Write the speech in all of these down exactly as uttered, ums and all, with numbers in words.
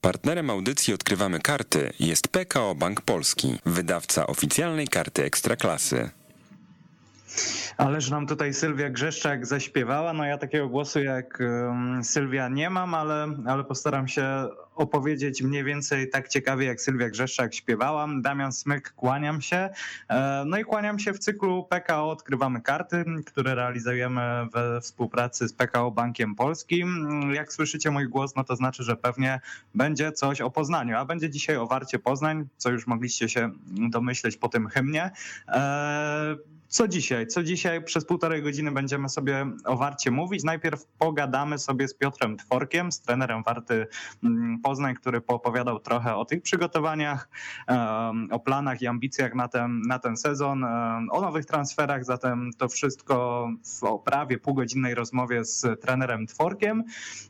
Partnerem audycji Odkrywamy Karty jest P K O Bank Polski, wydawca oficjalnej karty Ekstraklasy. Ależ nam tutaj Sylwia Grzeszczak zaśpiewała. No ja takiego głosu jak Sylwia nie mam, ale, ale postaram się opowiedzieć mniej więcej tak ciekawie jak Sylwia Grzeszczak śpiewałam. Damian Smyk, kłaniam się. No i kłaniam się w cyklu P K O Odkrywamy Karty, które realizujemy we współpracy z P K O Bankiem Polskim. Jak słyszycie mój głos, no to znaczy, że pewnie będzie coś o Poznaniu, a będzie dzisiaj o Warcie Poznań, co już mogliście się domyśleć po tym hymnie. Co dzisiaj? Co dzisiaj? Przez półtorej godziny będziemy sobie o Warcie mówić. Najpierw pogadamy sobie z Piotrem Tworkiem, z trenerem Warty Poznań, który poopowiadał trochę o tych przygotowaniach, o planach i ambicjach na ten, na ten sezon, o nowych transferach. Zatem to wszystko w prawie półgodzinnej rozmowie z trenerem Tworkiem.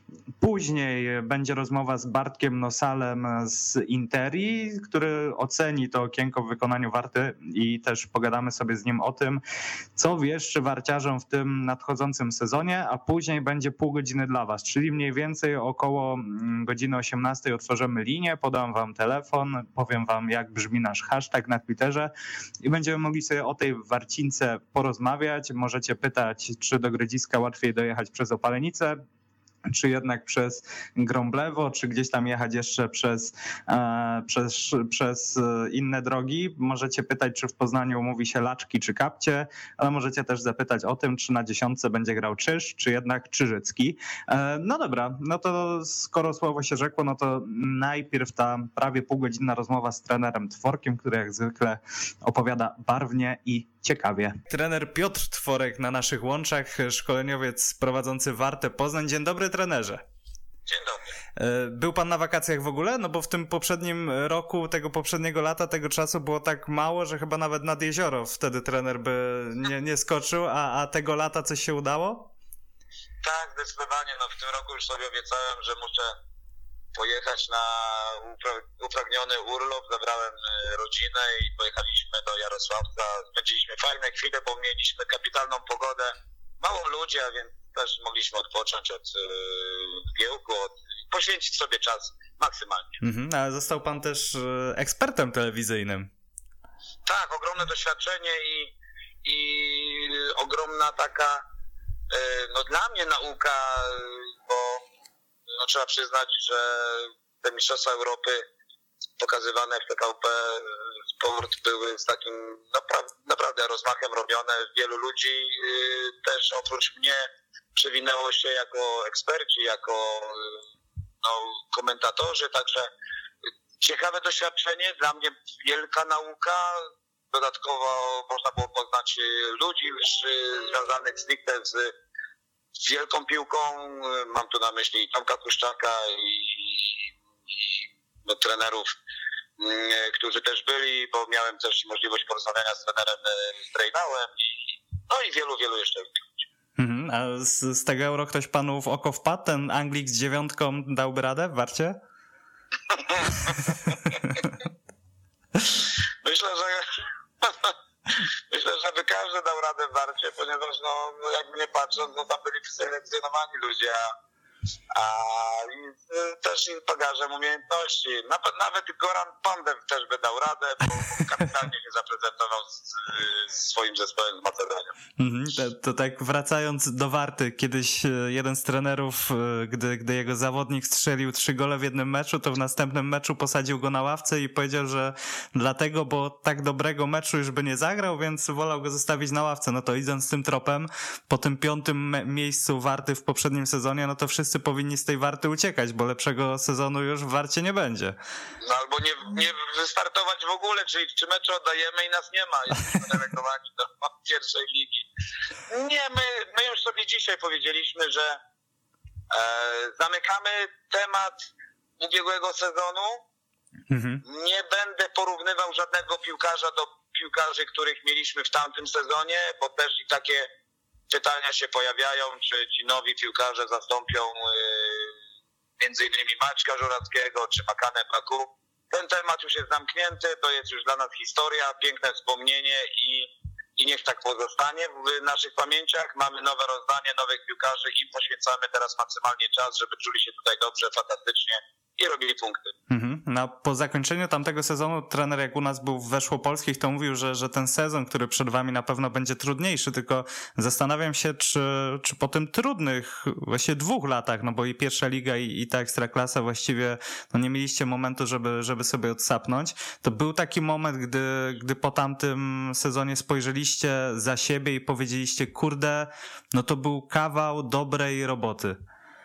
Później będzie rozmowa z Bartkiem Nosalem z Interi, który oceni to okienko w wykonaniu Warty i też pogadamy sobie z nim o tym, co wieszczy warciarzom w tym nadchodzącym sezonie, a później będzie pół godziny dla was, czyli mniej więcej około godziny osiemnastej otworzymy linię, podam wam telefon, powiem wam jak brzmi nasz hashtag na Twitterze i będziemy mogli sobie o tej warcince porozmawiać. Możecie pytać, czy do Grodziska łatwiej dojechać przez Opalenicę, czy jednak przez Grąblewo, czy gdzieś tam jechać jeszcze przez, przez, przez inne drogi. Możecie pytać, czy w Poznaniu mówi się Laczki, czy Kapcie, ale możecie też zapytać o tym, czy na dziesiątce będzie grał Czyż, czy jednak Czyżycki. No dobra, no to skoro słowo się rzekło, no to najpierw ta prawie półgodzinna rozmowa z trenerem Tworkiem, który jak zwykle opowiada barwnie i ciekawie. Trener Piotr Tworek na naszych łączach, szkoleniowiec prowadzący Wartę Poznań. Dzień dobry, trenerze. Dzień dobry. Był pan na wakacjach w ogóle? No bo w tym poprzednim roku, tego poprzedniego lata, tego czasu było tak mało, że chyba nawet nad jezioro wtedy trener by nie, nie skoczył, a, a tego lata coś się udało? Tak, zdecydowanie. No w tym roku już sobie obiecałem, że muszę pojechać na upra- upragniony urlop, zabrałem rodzinę i pojechaliśmy do Jarosławca. Spędziliśmy fajne chwile, bo mieliśmy kapitalną pogodę, mało ludzi, a więc też mogliśmy odpocząć od zgiełku, od, poświęcić sobie czas maksymalnie. Mhm, ale został pan też ekspertem telewizyjnym. Tak, ogromne doświadczenie i, i ogromna taka, no dla mnie nauka, bo no trzeba przyznać, że te Mistrzostwa Europy pokazywane w T V P Sport były z takim napra- naprawdę rozmachem robione. Wielu ludzi też oprócz mnie przewinęło się jako eksperci, jako no, komentatorzy, także ciekawe doświadczenie, dla mnie wielka nauka. Dodatkowo można było poznać ludzi już związanych stricte z wielką piłką. Mam tu na myśli Tomka Kuszczaka i, i no, trenerów, którzy też byli, bo miałem też możliwość porozmawiania z trenerem Strejnałem i no i wielu, wielu jeszcze ludzi. Mhm, a z, z tego Euro ktoś panu w oko wpadł? Ten Anglik z dziewiątką dałby radę w Warcie? Myślę, że myślę, że by każdy dał radę w Warcie, ponieważ no, jakby nie patrząc, no tam byli selekcjonowani ludzie, a, a i, też i bagażem umiejętności. Nawet Goran Pandev też by dał radę, bo kapitalnie się zaprezentował z, z swoim zespołem z Macedonią. Mhm, to, to tak wracając do Warty, kiedyś jeden z trenerów, gdy, gdy jego zawodnik strzelił trzy gole w jednym meczu, to w następnym meczu posadził go na ławce i powiedział, że dlatego, bo tak dobrego meczu już by nie zagrał, więc wolał go zostawić na ławce. No to idąc tym tropem, po tym piątym me- miejscu Warty w poprzednim sezonie, no to wszyscy powinni z tej Warty uciekać, bo lepszego sezonu już w Warcie nie będzie. No albo nie, nie wystartować w ogóle, czyli trzy mecze oddajemy i nas nie ma. Jesteśmy delegowani do pierwszej ligi. Nie, my, my już sobie dzisiaj powiedzieliśmy, że e, zamykamy temat ubiegłego sezonu. Mhm. Nie będę porównywał żadnego piłkarza do piłkarzy, których mieliśmy w tamtym sezonie, bo też i takie pytania się pojawiają, czy ci nowi piłkarze zastąpią e, między innymi Maćka Żurackiego, czy Makane Baku. Ten temat już jest zamknięty, to jest już dla nas historia, piękne wspomnienie i i niech tak pozostanie w naszych pamięciach. Mamy nowe rozdanie, nowych piłkarzy i poświęcamy teraz maksymalnie czas, żeby czuli się tutaj dobrze, fantastycznie i robili punkty. Mhm. No, po zakończeniu tamtego sezonu trener, jak u nas był w Weszłopolskich, to mówił, że, że ten sezon, który przed wami na pewno będzie trudniejszy, tylko zastanawiam się, czy, czy po tym trudnych właśnie dwóch latach, no bo i pierwsza liga i, i ta Ekstraklasa właściwie no nie mieliście momentu, żeby, żeby sobie odsapnąć, to był taki moment, gdy, gdy po tamtym sezonie spojrzeliście za siebie i powiedzieliście, kurde, no to był kawał dobrej roboty.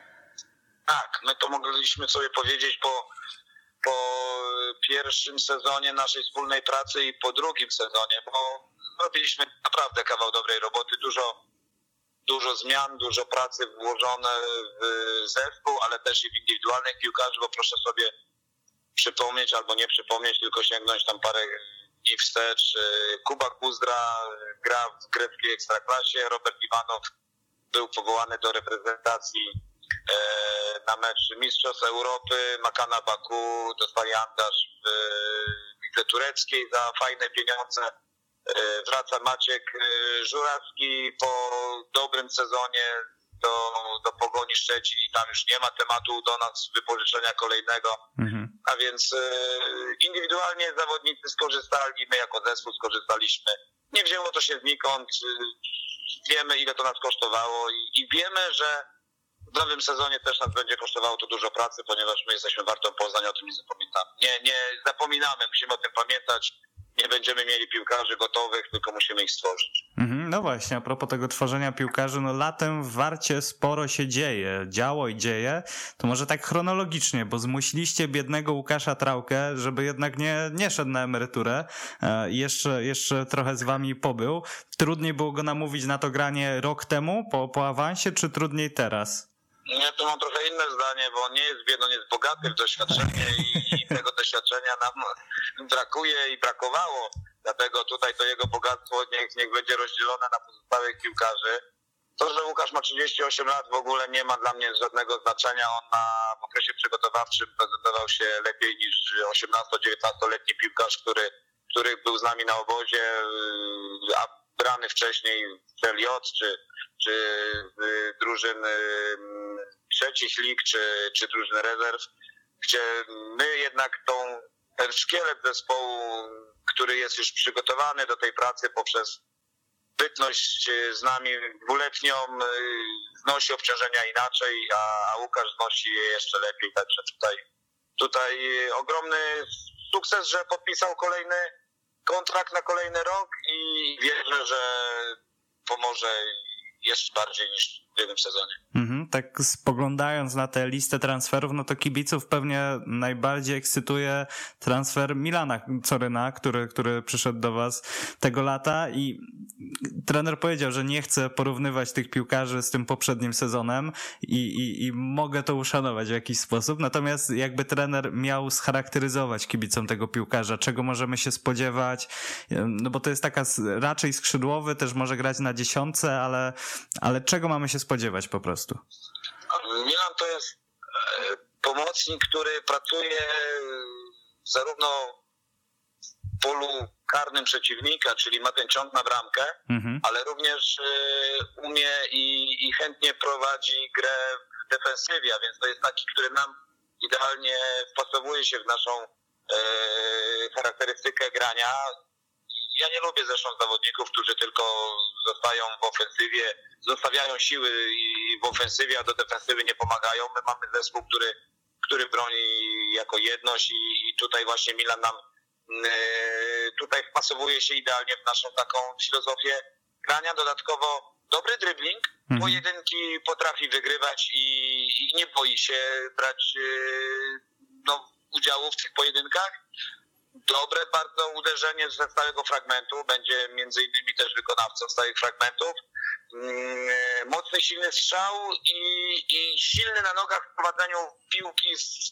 Tak, my to mogliśmy sobie powiedzieć po, po pierwszym sezonie naszej wspólnej pracy i po drugim sezonie, bo robiliśmy naprawdę kawał dobrej roboty, dużo, dużo zmian, dużo pracy włożone w zespół, ale też i w indywidualnych piłkarzy, bo proszę sobie przypomnieć albo nie przypomnieć, tylko sięgnąć tam parę dni wstecz. Kuba Kuzdra gra w greckiej Ekstraklasie, Robert Iwanow był powołany do reprezentacji na mecz Mistrzostw Europy, Makana Baku dostali angaż w lidze tureckiej za fajne pieniądze. Wraca Maciek Żurawski po dobrym sezonie do, do Pogoni Szczecin i tam już nie ma tematu do nas wypożyczenia kolejnego. Mhm. A więc indywidualnie zawodnicy skorzystali, my jako zespół skorzystaliśmy. Nie wzięło to się znikąd. Wiemy, ile to nas kosztowało i, i wiemy, że w nowym sezonie też nas będzie kosztowało to dużo pracy, ponieważ my jesteśmy Wartą Poznań, o tym nie zapominamy. Nie, nie zapominamy, musimy o tym pamiętać. Nie będziemy mieli piłkarzy gotowych, tylko musimy ich stworzyć. No właśnie, a propos tego tworzenia piłkarzy, no latem w Warcie sporo się dzieje, działo i dzieje, to może tak chronologicznie, bo zmusiliście biednego Łukasza Trałkę, żeby jednak nie, nie szedł na emeryturę i jeszcze, jeszcze trochę z wami pobył. Trudniej było go namówić na to granie rok temu po, po awansie, czy trudniej teraz? Ja tu mam trochę inne zdanie, bo on nie jest biedny, on jest bogaty w doświadczenie i, i tego doświadczenia nam brakuje i brakowało. Dlatego tutaj to jego bogactwo niech, niech będzie rozdzielone na pozostałych piłkarzy. To, że Łukasz ma trzydzieści osiem lat w ogóle nie ma dla mnie żadnego znaczenia. On na, w okresie przygotowawczym prezentował się lepiej niż osiemnasto-dziewiętnastoletni piłkarz, który, który był z nami na obozie, a brany wcześniej w C L J czy, czy drużyn trzecich lig, czy, czy drużyn rezerw, gdzie my jednak tą, ten szkielet zespołu, który jest już przygotowany do tej pracy poprzez bytność z nami dwuletnią, znosi obciążenia inaczej, a, a Łukasz znosi je jeszcze lepiej. Także tutaj, tutaj ogromny sukces, że podpisał kolejny kontrakt na kolejny rok i wierzę, że pomoże jeszcze bardziej niż w jednym sezonie. Mhm, tak spoglądając na tę listę transferów, no to kibiców pewnie najbardziej ekscytuje transfer Milana Coryna, który, który przyszedł do was tego lata i trener powiedział, że nie chce porównywać tych piłkarzy z tym poprzednim sezonem i, i, i mogę to uszanować w jakiś sposób, natomiast jakby trener miał scharakteryzować kibicom tego piłkarza, czego możemy się spodziewać, no bo to jest taka raczej skrzydłowy, też może grać na dziesiątce, ale, ale czego mamy się spodziewać po prostu? Milan to jest pomocnik, który pracuje zarówno w polu karnym przeciwnika, czyli ma ten ciąg na bramkę, mhm. ale również umie i, i chętnie prowadzi grę w defensywie, a więc to jest taki, który nam idealnie wpasowuje się w naszą e, charakterystykę grania. Ja nie lubię zresztą zawodników, którzy tylko zostają w ofensywie, zostawiają siły w ofensywie, a do defensywy nie pomagają. My mamy zespół, który, który broni jako jedność i, i tutaj właśnie Milan nam yy, tutaj wpasowuje się idealnie w naszą taką filozofię grania. Dodatkowo dobry dribbling, mhm. pojedynki potrafi wygrywać i, i nie boi się brać yy, no, udziału w tych pojedynkach. Dobre bardzo uderzenie ze stałego fragmentu, będzie między innymi też wykonawcą stałych fragmentów. Mocny, silny strzał i, i silny na nogach w prowadzeniu piłki z,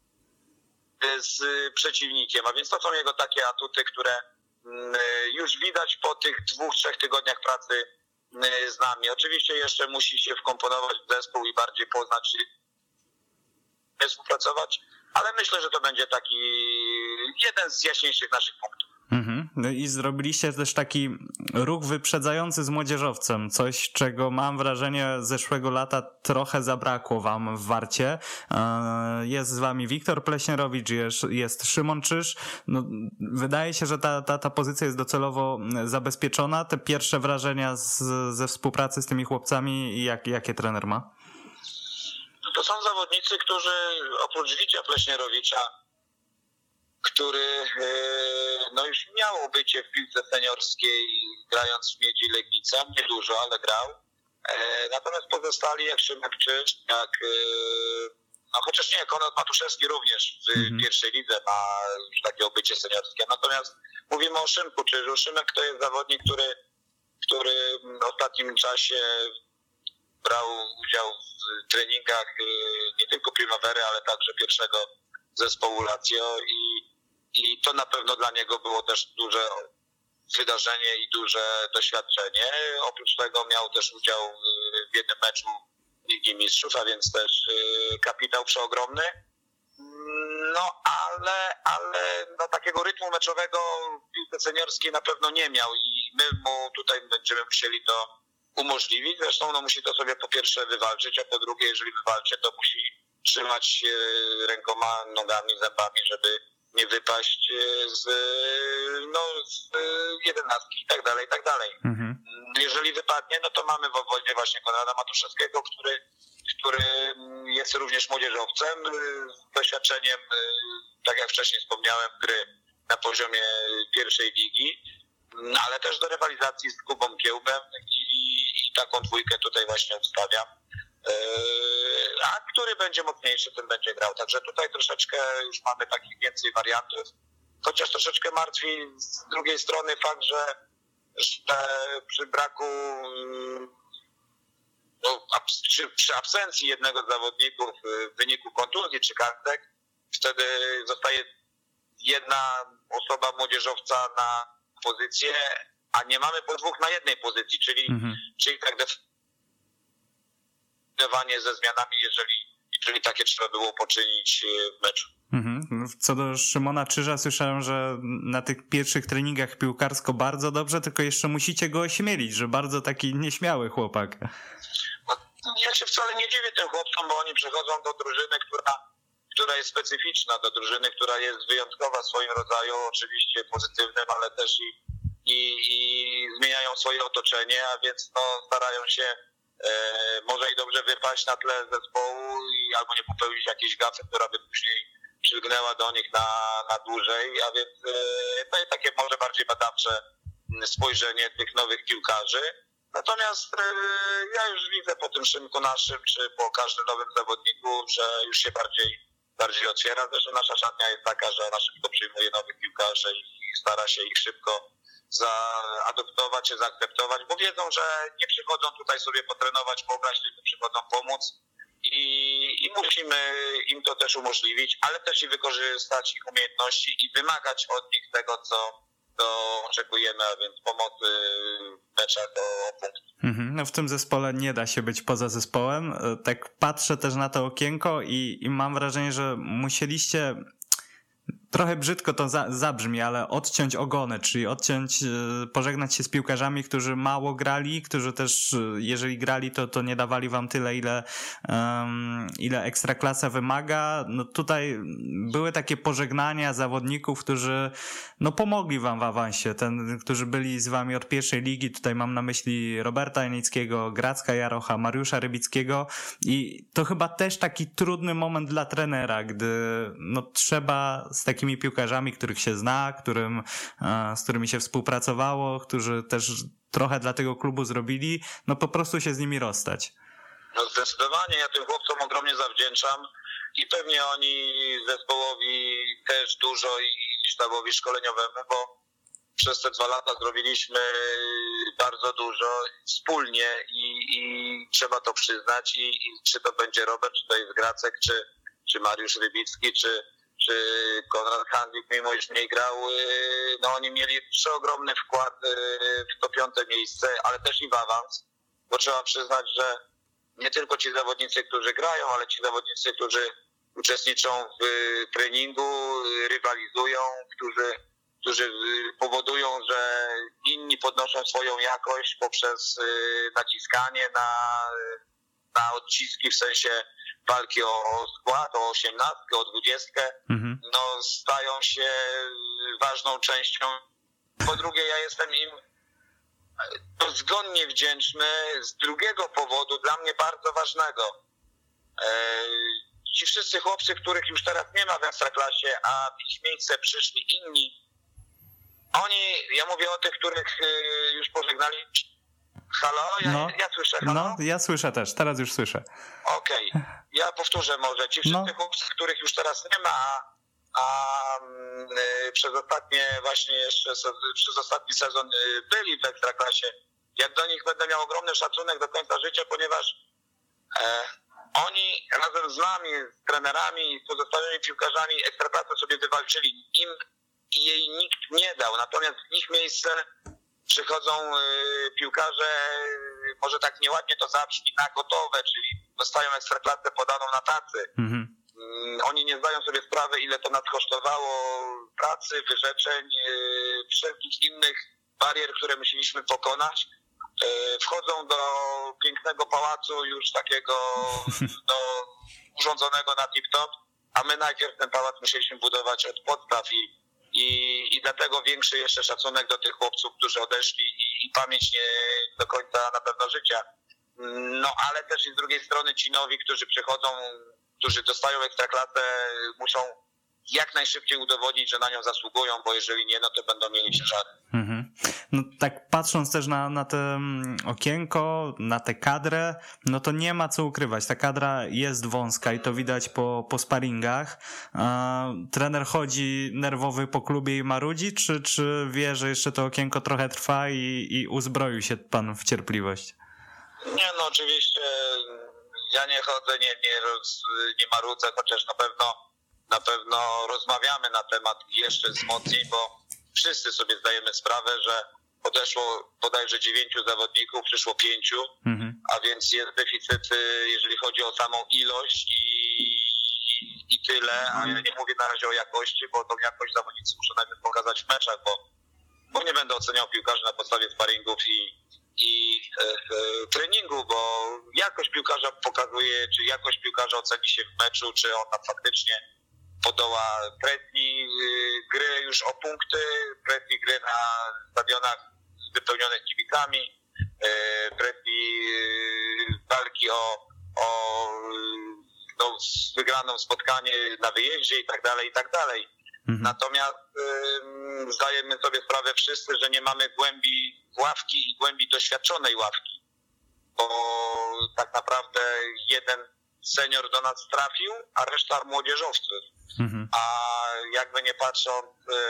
z przeciwnikiem. A więc to są jego takie atuty, które już widać po tych dwóch, trzech tygodniach pracy z nami. Oczywiście jeszcze musi się wkomponować w zespół i bardziej poznać, współpracować, ale myślę, że to będzie taki jeden z jaśniejszych naszych punktów. Mhm. No i zrobiliście też taki ruch wyprzedzający z młodzieżowcem, coś czego mam wrażenie zeszłego lata trochę zabrakło wam w Warcie. Jest z wami Wiktor Pleśnierowicz, jest, jest Szymon Czyż. No, wydaje się, że ta, ta, ta pozycja jest docelowo zabezpieczona. Te pierwsze wrażenia z, ze współpracy z tymi chłopcami, jak, jakie trener ma? To są zawodnicy, którzy oprócz Wicia Pleśnierowicza, który no już miał bycie w piłce seniorskiej, grając w Miedzi Legnica, niedużo, ale grał. Natomiast pozostali jak Szymek Czyż, jak, no chociaż nie, Konrad Matuszewski również w mm-hmm. pierwszej lidze ma już takie obycie seniorskie. Natomiast mówimy o Szymku Czyżu. Szymek to jest zawodnik, który, który w ostatnim czasie brał udział w treningach nie tylko Primavery, ale także pierwszego zespołu Lazio i, i to na pewno dla niego było też duże wydarzenie i duże doświadczenie. Oprócz tego miał też udział w jednym meczu Ligi Mistrzów, a więc też kapitał przeogromny. No ale, ale no, takiego rytmu meczowego w piłce seniorskiej na pewno nie miał i my mu tutaj będziemy musieli to umożliwić. Zresztą no, musi to sobie po pierwsze wywalczyć, a po drugie, jeżeli wywalczy, to musi trzymać się rękoma, nogami, zębami, żeby nie wypaść z, no, z jedenastki i tak dalej, i tak dalej. Mhm. Jeżeli wypadnie, no to mamy w obwodzie właśnie Konrada Matuszewskiego, który, który jest również młodzieżowcem z doświadczeniem, tak jak wcześniej wspomniałem, gry na poziomie pierwszej ligi, ale też do rywalizacji z Kubą Kiełbem i, i taką dwójkę tutaj właśnie ustawiam. A który będzie mocniejszy, ten będzie grał. Także tutaj troszeczkę już mamy takich więcej wariantów. Chociaż troszeczkę martwi z drugiej strony fakt, że, że przy braku, no, przy, przy absencji jednego z zawodników w wyniku kontuzji czy kartek, wtedy zostaje jedna osoba młodzieżowca na pozycję, a nie mamy po dwóch na jednej pozycji, czyli, mhm. czyli tak definiowanie ze zmianami, jeżeli, jeżeli takie trzeba było poczynić w meczu. Mhm. Co do Szymona Czyża, słyszałem, że na tych pierwszych treningach piłkarsko bardzo dobrze, tylko jeszcze musicie go ośmielić, że bardzo taki nieśmiały chłopak. No, ja się wcale nie dziwię tym chłopcom, bo oni przychodzą do drużyny, która, która jest specyficzna, do drużyny, która jest wyjątkowa w swoim rodzaju, oczywiście pozytywnym, ale też i, i, i zmieniają swoje otoczenie, a więc no, starają się e, może i dobrze wypaść na tle zespołu i albo nie popełnić jakiejś gafy, która by później przylgnęła do nich na, na dłużej, a więc e, to jest takie może bardziej badawcze spojrzenie tych nowych piłkarzy. Natomiast e, ja już widzę po tym Szymku naszym, czy po każdym nowym zawodniku, że już się bardziej, bardziej otwiera. Zresztą nasza szatnia jest taka, że ona szybko przyjmuje nowych piłkarzy i stara się ich szybko zaadoptować czy zaakceptować, bo wiedzą, że nie przychodzą tutaj sobie potrenować, pograć, tylko przychodzą pomóc i, i musimy im to też umożliwić, ale też i wykorzystać ich umiejętności i wymagać od nich tego, co to oczekujemy, a więc pomocy w meczach o punkt. Mhm, no w tym zespole nie da się być poza zespołem. Tak patrzę też na to okienko i, i mam wrażenie, że musieliście... Trochę brzydko to za, zabrzmi, ale odciąć ogony, czyli odciąć, pożegnać się z piłkarzami, którzy mało grali, którzy też, jeżeli grali, to, to nie dawali wam tyle, ile, um, ile Ekstraklasa wymaga. No tutaj były takie pożegnania zawodników, którzy no pomogli wam w awansie, ten, którzy byli z wami od pierwszej ligi. Tutaj mam na myśli Roberta Janickiego, Gracka Jarocha, Mariusza Rybickiego i to chyba też taki trudny moment dla trenera, gdy no trzeba z takimi piłkarzami, których się zna, którym, z którymi się współpracowało, którzy też trochę dla tego klubu zrobili, no po prostu się z nimi rozstać. No zdecydowanie, ja tym chłopcom ogromnie zawdzięczam i pewnie oni zespołowi też dużo i sztabowi szkoleniowemu, bo przez te dwa lata zrobiliśmy bardzo dużo wspólnie i, i trzeba to przyznać i, i czy to będzie Robert, czy to jest Gracek, czy, czy Mariusz Rybicki, czy czy Konrad Handlik, mimo iż mniej grał, no oni mieli przeogromny wkład w to piąte miejsce, ale też i w awans, bo trzeba przyznać, że nie tylko ci zawodnicy, którzy grają, ale ci zawodnicy, którzy uczestniczą w treningu, rywalizują, którzy, którzy powodują, że inni podnoszą swoją jakość poprzez naciskanie na, na odciski, w sensie walki o skład, o osiemnastkę, o dwudziestkę, mhm. no stają się ważną częścią. Po drugie, ja jestem im dozgonnie wdzięczny z drugiego powodu, dla mnie bardzo ważnego. Ci wszyscy chłopcy, których już teraz nie ma w Ekstraklasie, a w ich miejsce przyszli inni, oni, ja mówię o tych, których już pożegnali. Halo? Ja, no, ja słyszę, halo? No, ja słyszę też, teraz już słyszę. Okej, okay. Ja powtórzę może. Ci wszyscy no. chłopcy, których już teraz nie ma, a, a y, przez ostatnie właśnie jeszcze, przez ostatni sezon y, byli w Ekstraklasie, jak do nich będę miał ogromny szacunek do końca życia, ponieważ e, oni razem z nami, z trenerami i z pozostałymi piłkarzami Ekstraklasę sobie wywalczyli. Im jej nikt nie dał, natomiast w ich miejsce przychodzą y, piłkarze, y, może tak nieładnie to zabrzmi, na gotowe, czyli dostają Ekstraklasę podaną na tacy. Mhm. Y, oni nie zdają sobie sprawy, ile to nas kosztowało pracy, wyrzeczeń, y, wszelkich innych barier, które musieliśmy pokonać. Y, wchodzą do pięknego pałacu już takiego no, urządzonego na tip-top, a my najpierw ten pałac musieliśmy budować od podstaw i I, I dlatego większy jeszcze szacunek do tych chłopców, którzy odeszli i, i pamięć nie do końca na pewno życia. No ale też i z drugiej strony ci nowi, którzy przychodzą, którzy dostają Ekstraklasę, muszą jak najszybciej udowodnić, że na nią zasługują, bo jeżeli nie, no to będą mieli ciężary. Mhm. No tak patrząc też na, na te okienko, na tę kadrę, no to nie ma co ukrywać. Ta kadra jest wąska i to widać po, po sparingach. Eee, trener chodzi nerwowy po klubie i marudzi, czy, czy wie, że jeszcze to okienko trochę trwa i, i uzbroił się pan w cierpliwość? Nie, no oczywiście ja nie chodzę, nie, nie, roz, nie marudzę, chociaż na pewno na pewno rozmawiamy na temat jeszcze wzmocnień, bo wszyscy sobie zdajemy sprawę, że odeszło bodajże dziewięciu zawodników, przyszło pięciu, mhm. a więc jest deficyt, jeżeli chodzi o samą ilość i, i tyle, a ja nie mówię na razie o jakości, bo tą jakość zawodnicy muszą najpierw pokazać w meczach, bo, bo nie będę oceniał piłkarzy na podstawie sparingów i, i e, e, treningu, bo jakość piłkarza pokazuje, czy jakość piłkarza oceni się w meczu, czy on tam faktycznie podoła presji gry już o punkty, presji gry na stadionach wypełnionych kibicami, presji walki o, o no, wygraną spotkanie na wyjeździe i tak dalej, i tak dalej. Mhm. Natomiast y, zdajemy sobie sprawę wszyscy, że nie mamy głębi ławki i głębi doświadczonej ławki, bo tak naprawdę jeden senior do nas trafił, a reszta młodzieżowcy. Mhm. A jakby nie patrząc,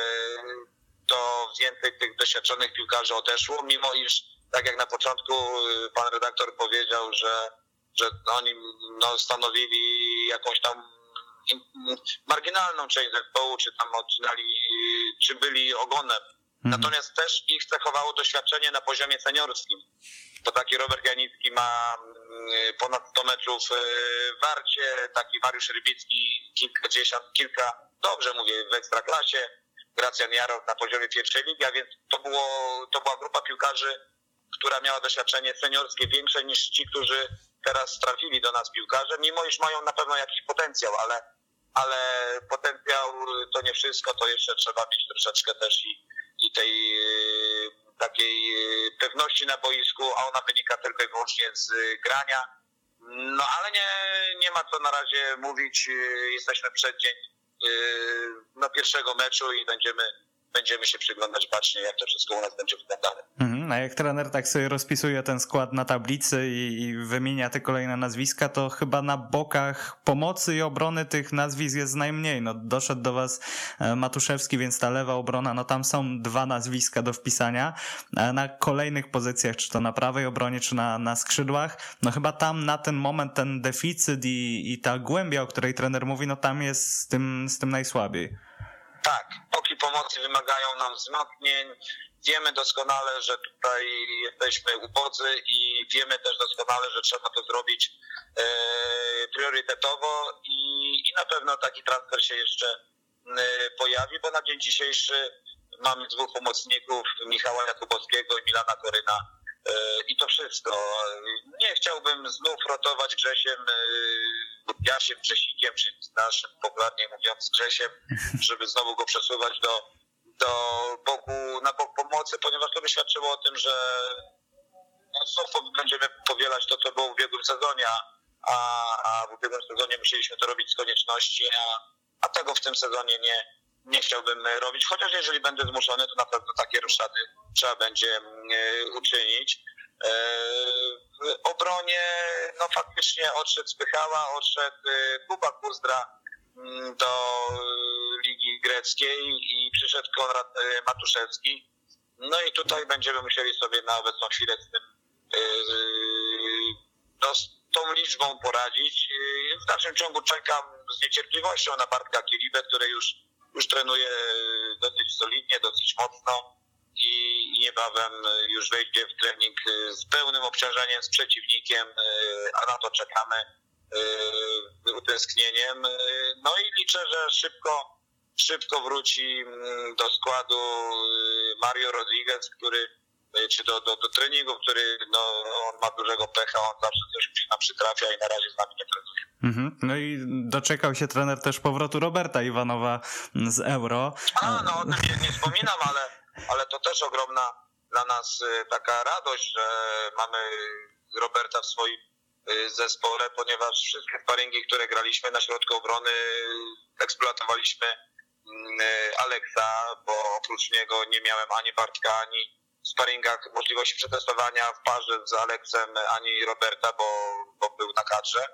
to więcej tych doświadczonych piłkarzy odeszło, mimo iż, tak jak na początku pan redaktor powiedział, że, że oni no, stanowili jakąś tam marginalną część zespołu, czy tam odcinali, czy byli ogonem. Mhm. Natomiast też ich cechowało doświadczenie na poziomie seniorskim. To taki Robert Janicki ma ponad sto meczów w Warcie, taki Mariusz Rybicki kilkadziesiąt, kilka, dobrze mówię, w Ekstraklasie, Gracjan Jaroch na poziomie pierwszej ligi, a więc to, było, to była grupa piłkarzy, która miała doświadczenie seniorskie większe niż ci, którzy teraz trafili do nas piłkarze, mimo iż mają na pewno jakiś potencjał, ale, ale potencjał to nie wszystko, to jeszcze trzeba mieć troszeczkę też i, i tej takiej pewności na boisku, a ona wynika tylko i wyłącznie z grania. No ale nie, nie ma co na razie mówić, jesteśmy przed dzień no, pierwszego meczu i będziemy, będziemy się przyglądać bacznie, jak to wszystko u nas będzie wyglądało. Mhm, a jak trener tak sobie rozpisuje ten skład na tablicy i, i wymienia te kolejne nazwiska, to chyba na bokach pomocy i obrony tych nazwisk jest najmniej. No, doszedł do was Matuszewski, więc ta lewa obrona, no tam są dwa nazwiska do wpisania. A na kolejnych pozycjach, czy to na prawej obronie, czy na, na skrzydłach, no chyba tam na ten moment ten deficyt i, i ta głębia, o której trener mówi, no tam jest z tym, z tym najsłabiej. Tak, boki pomocy wymagają nam wzmocnień. Wiemy doskonale, że tutaj jesteśmy ubodzy i wiemy też doskonale, że trzeba to zrobić e, priorytetowo i, i na pewno taki transfer się jeszcze e, pojawi, bo na dzień dzisiejszy mamy dwóch pomocników, Michała Jakubowskiego i Milana Koryna i to wszystko. Nie chciałbym znów rotować Grzesiem, Jasiem, Grzesikiem, czy naszym popularnie mówiąc Grzesiem, żeby znowu go przesuwać do, do boku, na bok pomocy, ponieważ to by świadczyło o tym, że znów będziemy powielać to, co było w ubiegłym sezonie, a, a w ubiegłym sezonie musieliśmy to robić z konieczności, a, a tego w tym sezonie nie, nie chciałbym robić, chociaż jeżeli będę zmuszony, to na pewno takie ruszady trzeba będzie uczynić. W obronie no faktycznie odszedł Spychała, odszedł Kuba Kuzdra do Ligi Greckiej i przyszedł Konrad Matuszewski. No i tutaj będziemy musieli sobie na obecną chwilę z tym no, z tą liczbą poradzić. W dalszym ciągu czekam z niecierpliwością na Bartka Kielibę, który już, już trenuje dosyć solidnie, dosyć mocno i niebawem już wejdzie w trening z pełnym obciążeniem, z przeciwnikiem, a na to czekamy z utęsknieniem. No i liczę, że szybko, szybko wróci do składu Mario Rodriguez, który czy do, do, do treningu, który no, on ma dużego pecha, on zawsze coś nam przytrafia i na razie z nami nie trenuje. Mhm. No i doczekał się trener też powrotu Roberta Iwanowa z Euro. A, no o tym nie, nie wspominam, ale, ale to też ogromna dla nas taka radość, że mamy Roberta w swoim zespole, ponieważ wszystkie sparingi, które graliśmy na środku obrony, eksploatowaliśmy Aleksa, bo oprócz niego nie miałem ani Bartka, ani w sparingach możliwości przetestowania w parze z Aleksem, ani Roberta, bo, bo był na kadrze.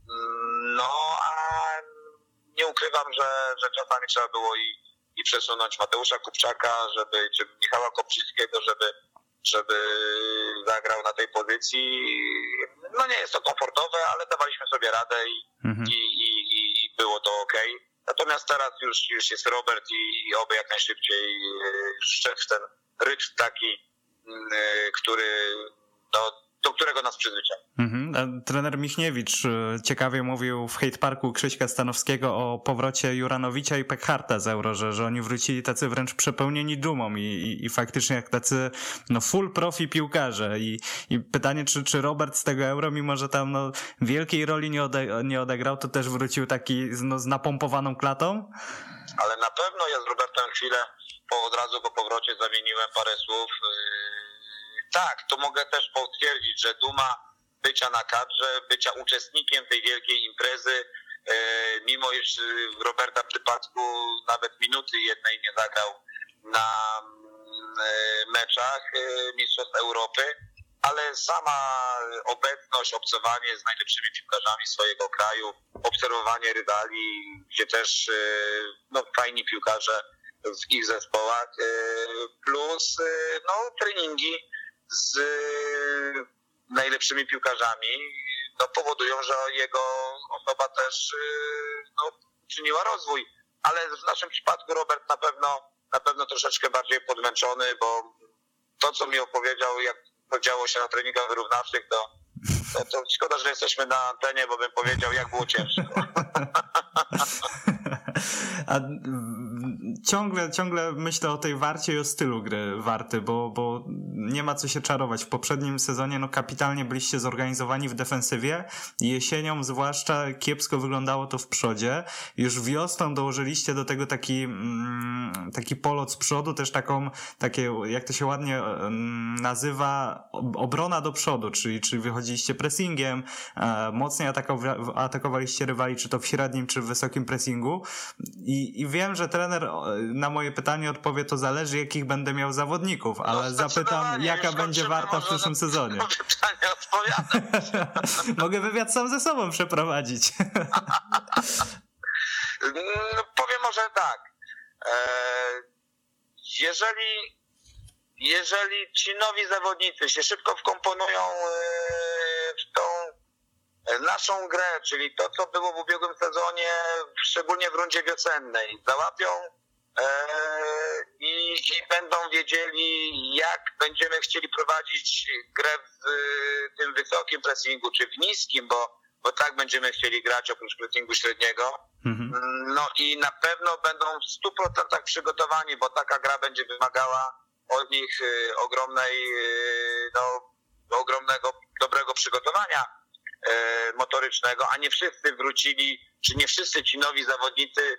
No a nie ukrywam, że, że czasami trzeba było i, i przesunąć Mateusza Kupczaka, żeby, czy Michała Kopczyńskiego, żeby, żeby zagrał na tej pozycji. No nie jest to komfortowe, ale dawaliśmy sobie radę i, mhm. i, i, i było to okej. Okay. Natomiast teraz już, już jest Robert i, i oby jak najszybciej wszedł w ten rytm taki, który, no, do którego nas przyzwyczaił. Mhm. Trener Michniewicz ciekawie mówił w Hate Parku Krzyśka Stanowskiego o powrocie Juranowicza i Pekharta z Euro, że, że oni wrócili tacy wręcz przepełnieni dumą i, i, i faktycznie jak tacy no full profi piłkarze i, i pytanie, czy, czy Robert z tego Euro, mimo że tam no, wielkiej roli nie, ode, nie odegrał, to też wrócił taki no, z napompowaną klatą? Ale na pewno ja z Robertem chwilę po, od razu po powrocie zamieniłem parę słów. Tak, to mogę też potwierdzić, że duma bycia na kadrze, bycia uczestnikiem tej wielkiej imprezy, mimo iż w Roberta przypadku nawet minuty jednej nie zagrał na meczach Mistrzostw Europy, ale sama obecność, obcowanie z najlepszymi piłkarzami swojego kraju, obserwowanie rywali, gdzie też no, fajni piłkarze w ich zespołach, plus no, treningi z najlepszymi piłkarzami no, powodują, że jego osoba też no, czyniła rozwój. Ale w naszym przypadku Robert na pewno, na pewno troszeczkę bardziej podmęczony, bo to, co mi opowiedział, jak to działo się na treningach wyrównawczych, to, to, to szkoda, że jesteśmy na antenie, bo bym powiedział, jak było ciężko. A ciągle, ciągle myślę o tej Warcie i o stylu gry Warty, bo, bo nie ma co się czarować. W poprzednim sezonie no kapitalnie byliście zorganizowani w defensywie. Jesienią zwłaszcza kiepsko wyglądało to w przodzie. Już wiosną dołożyliście do tego taki, taki polot z przodu, też taką, takie, jak to się ładnie nazywa, obrona do przodu, czyli, czyli wychodziliście pressingiem, mocniej atakowa- atakowaliście rywali, czy to w średnim, czy w wysokim pressingu. I, I wiem, że trener na moje pytanie odpowie, to zależy, jakich będę miał zawodników, ale no, zapytam, jaka będzie Warta w przyszłym sezonie. Pytanie odpowiadać. Mogę wywiad sam ze sobą przeprowadzić. No, powiem może tak. Jeżeli, jeżeli ci nowi zawodnicy się szybko wkomponują w tą naszą grę, czyli to, co było w ubiegłym sezonie, szczególnie w rundzie wiosennej, załapią e, i, i będą wiedzieli, jak będziemy chcieli prowadzić grę w tym wysokim pressingu, czy w niskim, bo, bo tak będziemy chcieli grać oprócz pressingu średniego. Mhm. No i na pewno będą w stu procentach przygotowani, bo taka gra będzie wymagała od nich ogromnej, no, ogromnego, dobrego przygotowania motorycznego, a nie wszyscy wrócili, czy nie wszyscy ci nowi zawodnicy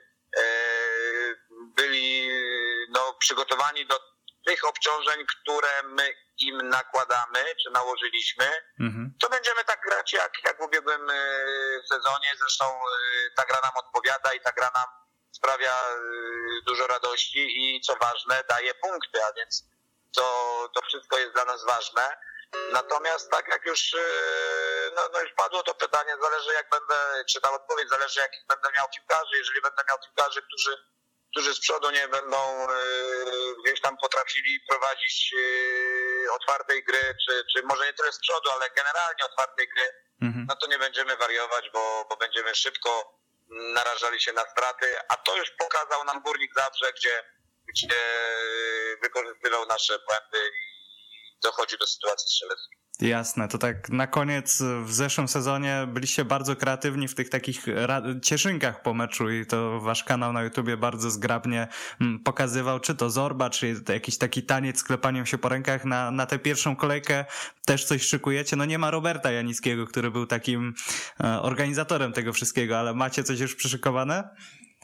byli no, przygotowani do tych obciążeń, które my im nakładamy, czy nałożyliśmy. Mhm. To będziemy tak grać jak, jak w ubiegłym sezonie. Zresztą ta gra nam odpowiada i ta gra nam sprawia dużo radości i co ważne, daje punkty, a więc to, to wszystko jest dla nas ważne. Natomiast tak jak już, no, no już padło to pytanie, zależy jak będę, czy ta odpowiedź zależy jakich będę miał piłkarzy. Jeżeli będę miał piłkarzy, którzy, którzy z przodu nie będą gdzieś tam potrafili prowadzić otwartej gry, czy, czy może nie tyle z przodu, ale generalnie otwartej gry, mhm. no to nie będziemy wariować, bo, bo będziemy szybko narażali się na straty, a to już pokazał nam Górnik Zabrze, gdzie, gdzie wykorzystywał nasze błędy i dochodzi do sytuacji strzeleckich. Jasne, to tak na koniec, w zeszłym sezonie byliście bardzo kreatywni w tych takich cieszynkach po meczu i to wasz kanał na YouTubie bardzo zgrabnie pokazywał, czy to Zorba, czy to jakiś taki taniec z klepaniem się po rękach. Na, na tę pierwszą kolejkę też coś szykujecie. No nie ma Roberta Janickiego, który był takim organizatorem tego wszystkiego, ale macie coś już przyszykowane?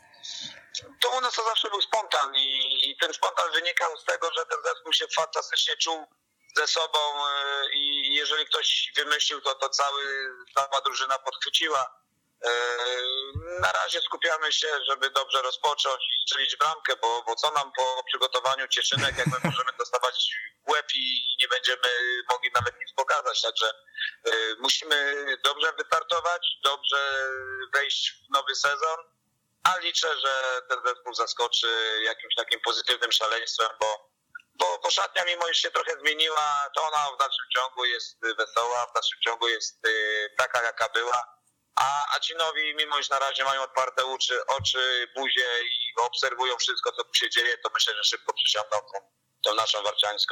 To u nas to zawsze był spontan i, i ten spontan wynikał z tego, że ten zespół się fantastycznie czuł ze sobą i jeżeli ktoś wymyślił, to to cały, cała drużyna podchwyciła. Na razie skupiamy się, żeby dobrze rozpocząć i strzelić bramkę, bo, bo co nam po przygotowaniu cieszynek, jak my możemy dostawać w łeb i nie będziemy mogli nawet nic pokazać. Także musimy dobrze wystartować, dobrze wejść w nowy sezon, a liczę, że ten zespół zaskoczy jakimś takim pozytywnym szaleństwem, bo Bo, bo szatnia, mimo iż się trochę zmieniła, to ona w dalszym ciągu jest wesoła, w dalszym ciągu jest y, taka, jaka była. A, a ci nowi, mimo iż na razie mają otwarte oczy, oczy, buzie i obserwują wszystko, co tu się dzieje, to myślę, że szybko przysiądą tą, tą naszą warciańską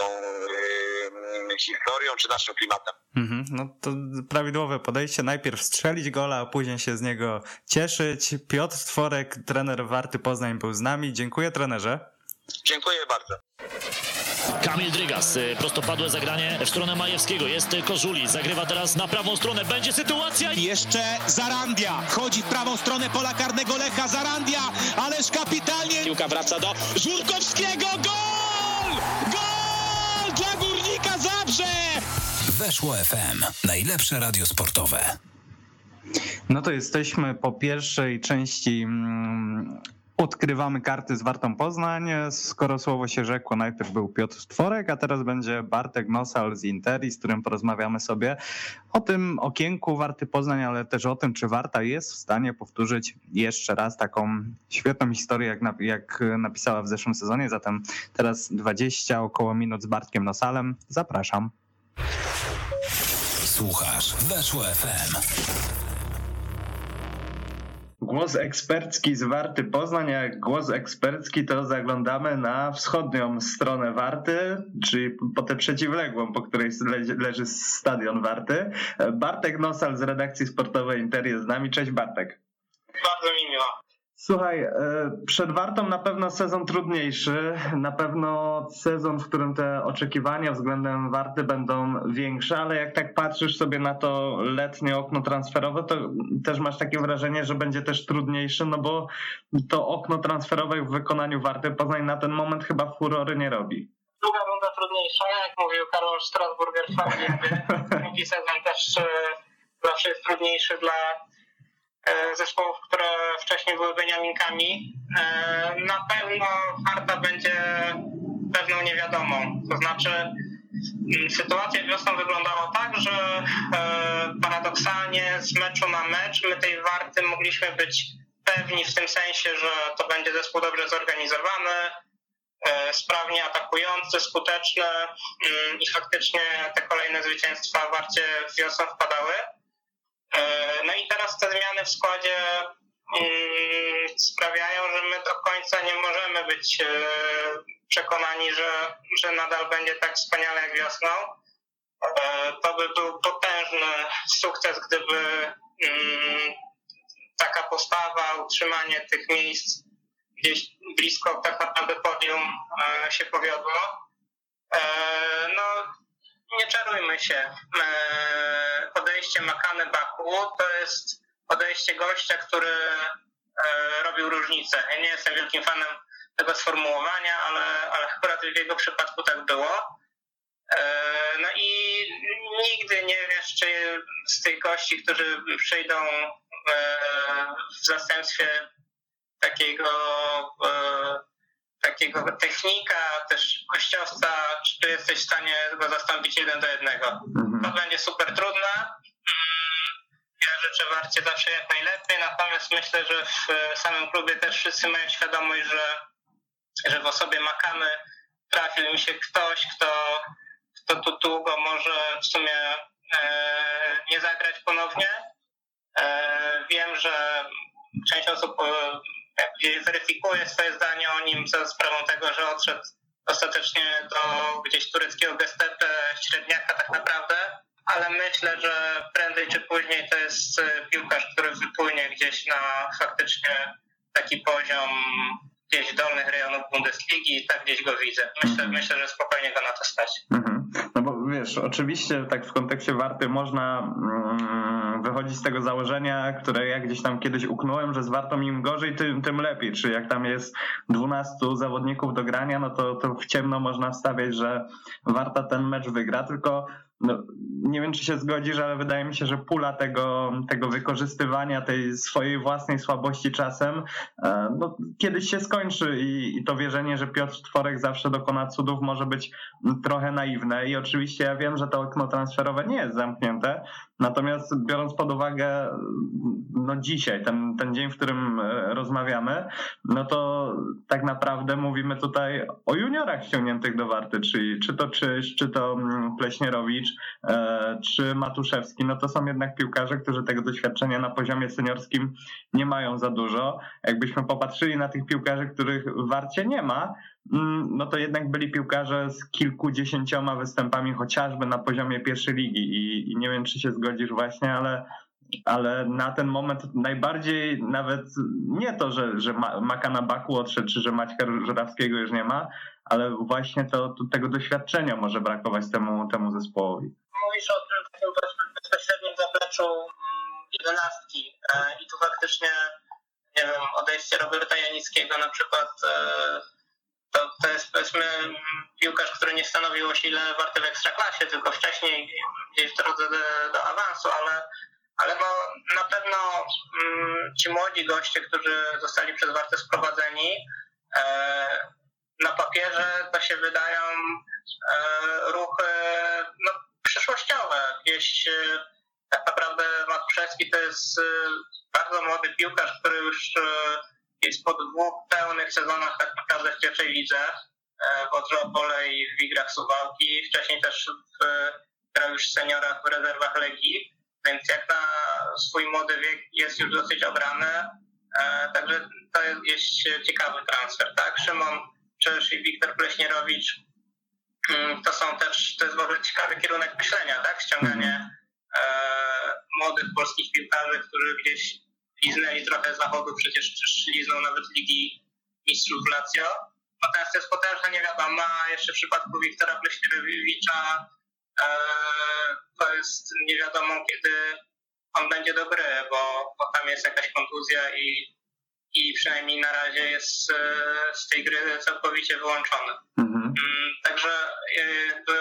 y, historią czy naszym klimatem. Mm-hmm. No to prawidłowe podejście. Najpierw strzelić gola, a później się z niego cieszyć. Piotr Stworek, trener Warty Poznań, był z nami. Dziękuję, trenerze. Dziękuję bardzo. Kamil Drygas, prostopadłe zagranie w stronę Majewskiego, jest Kożuli, zagrywa teraz na prawą stronę, będzie sytuacja. Jeszcze Zarandia, wchodzi w prawą stronę pola karnego Lecha, Zarandia, ależ kapitalnie. Piłka wraca do Żurkowskiego, gol! Gol dla Górnika Zabrze! Weszło F M, najlepsze radio sportowe. No to jesteśmy po pierwszej części... Mm... Odkrywamy karty z Wartą Poznań. Skoro słowo się rzekło, najpierw był Piotr Stworek, a teraz będzie Bartek Nosal z Interi, z którym porozmawiamy sobie o tym okienku Warty Poznań, ale też o tym, czy Warta jest w stanie powtórzyć jeszcze raz taką świetną historię, jak, jak napisała w zeszłym sezonie. Zatem teraz dwadzieścia około minut z Bartkiem Nosalem. Zapraszam. Słuchasz Weszło F M. Głos ekspercki z Warty Poznań, a jak głos ekspercki to zaglądamy na wschodnią stronę Warty, czyli po tę przeciwległą, po której leży stadion Warty. Bartek Nosal z redakcji sportowej Interi jest z nami. Cześć Bartek. Bardzo mi miło. Słuchaj, przed Wartą na pewno sezon trudniejszy, na pewno sezon, w którym te oczekiwania względem Warty będą większe, ale jak tak patrzysz sobie na to letnie okno transferowe, to też masz takie wrażenie, że będzie też trudniejszy, no bo to okno transferowe w wykonaniu Warty Poznań na ten moment chyba furory nie robi. Druga runda trudniejsza, jak mówił Karol Strasburger w Fabie, drugi sezon też zawsze jest trudniejszy dla zespołów, które wcześniej były beniaminkami. Na pewno Warta będzie pewną niewiadomą. To znaczy sytuacja wiosną wyglądała tak, że paradoksalnie z meczu na mecz my tej Warty mogliśmy być pewni w tym sensie, że to będzie zespół dobrze zorganizowany, sprawnie atakujący, skuteczny i faktycznie te kolejne zwycięstwa Warcie wiosną wpadały. No i teraz te zmiany w składzie sprawiają, że my do końca nie możemy być przekonani, że, że nadal będzie tak wspaniale jak wiosną. To by był potężny sukces, gdyby taka postawa, utrzymanie tych miejsc gdzieś blisko tak naprawdę podium się powiodło. No, nie czarujmy się. Podejście Makany Baku to jest podejście gościa, który robił różnicę. Ja nie jestem wielkim fanem tego sformułowania, ale, ale akurat w jego przypadku tak było. No i nigdy nie wiesz, czy z tych gości, którzy przyjdą w zastępstwie takiego, takiego technika, też gościowca, czy ty jesteś w stanie go zastąpić jeden do jednego. Mhm. To będzie super trudne. Ja życzę Warcie zawsze jak najlepiej, natomiast myślę, że w samym klubie też wszyscy mają świadomość, że, że w osobie Makany trafił mi się ktoś, kto, kto tu długo może w sumie e, nie zagrać ponownie. E, wiem, że część osób e, weryfikuje swoje zdanie o nim za sprawą tego, że odszedł ostatecznie do gdzieś tureckiego Göztepe średniaka tak naprawdę, ale myślę, że prędzej czy później to jest piłkarz, który wypłynie gdzieś na faktycznie taki poziom gdzieś dolnych rejonów Bundesligi i tak gdzieś go widzę. Myślę, mm. myślę, że spokojnie go na to stać. Mm-hmm. No bo wiesz, oczywiście tak w kontekście Warty można mm, wychodzić z tego założenia, które ja gdzieś tam kiedyś uknąłem, że z Wartą im gorzej, tym, tym lepiej. Czy jak tam jest dwunastu zawodników do grania, no to, to w ciemno można wstawiać, że Warta ten mecz wygra, tylko no, nie wiem, czy się zgodzisz, ale wydaje mi się, że pula tego, tego wykorzystywania tej swojej własnej słabości czasem no, kiedyś się skończy i, i to wierzenie, że Piotr Tworek zawsze dokona cudów, może być trochę naiwne i oczywiście ja wiem, że to okno transferowe nie jest zamknięte, natomiast biorąc pod uwagę no dzisiaj, ten, ten dzień, w którym rozmawiamy, no to tak naprawdę mówimy tutaj o juniorach ściągniętych do Warty, czyli czy to Czyś, czy to Pleśnierowicz, czy Matuszewski, no to są jednak piłkarze, którzy tego doświadczenia na poziomie seniorskim nie mają za dużo. Jakbyśmy popatrzyli na tych piłkarzy, których w Warcie nie ma, no to jednak byli piłkarze z kilkudziesięcioma występami chociażby na poziomie pierwszej ligi i, i nie wiem, czy się zgodzisz właśnie, ale ale na ten moment najbardziej nawet nie to, że, że Makana Baku odszedł, czy że Maćka Żurawskiego już nie ma, ale właśnie to, to tego doświadczenia może brakować temu, temu zespołowi. Mówisz o tym takim bezpośrednim zapleczu jedenastki i tu faktycznie, nie wiem, odejście Roberta Janickiego na przykład, to, to jest powiedzmy piłkarz, który nie stanowił o sile Warty w Ekstraklasie, tylko wcześniej gdzieś w drodze do, do awansu, ale Ale no, na pewno mm, ci młodzi goście, którzy zostali przez Wartę sprowadzeni, e, na papierze to się wydają e, ruchy no, przyszłościowe. Gdzieś e, tak naprawdę Matuszewski to jest e, bardzo młody piłkarz, który już e, jest po dwóch pełnych sezonach tak naprawdę w pierwszej lidze, e, w Odrze Opole i w Wigrach Suwałki. Wcześniej też w, grał już w seniorach w rezerwach Legii. Więc jak na swój młody wiek jest już dosyć obrany, e, także to jest ciekawy transfer, tak? Szymon Czyż i Wiktor Pleśnierowicz mm, to są też, to jest w ogóle ciekawy kierunek myślenia, tak? Ściąganie e, młodych polskich piłkarzy, którzy gdzieś liznęli trochę zachodu, przecież Czyż liznął nawet Ligi Mistrzów Lazio. Natomiast to jest potężna niewiadoma, a jeszcze w przypadku Wiktora Pleśnierowicza to jest nie wiadomo, kiedy on będzie do gry, bo, bo tam jest jakaś kontuzja i, i przynajmniej na razie jest z tej gry całkowicie wyłączony. Mhm. Także jakby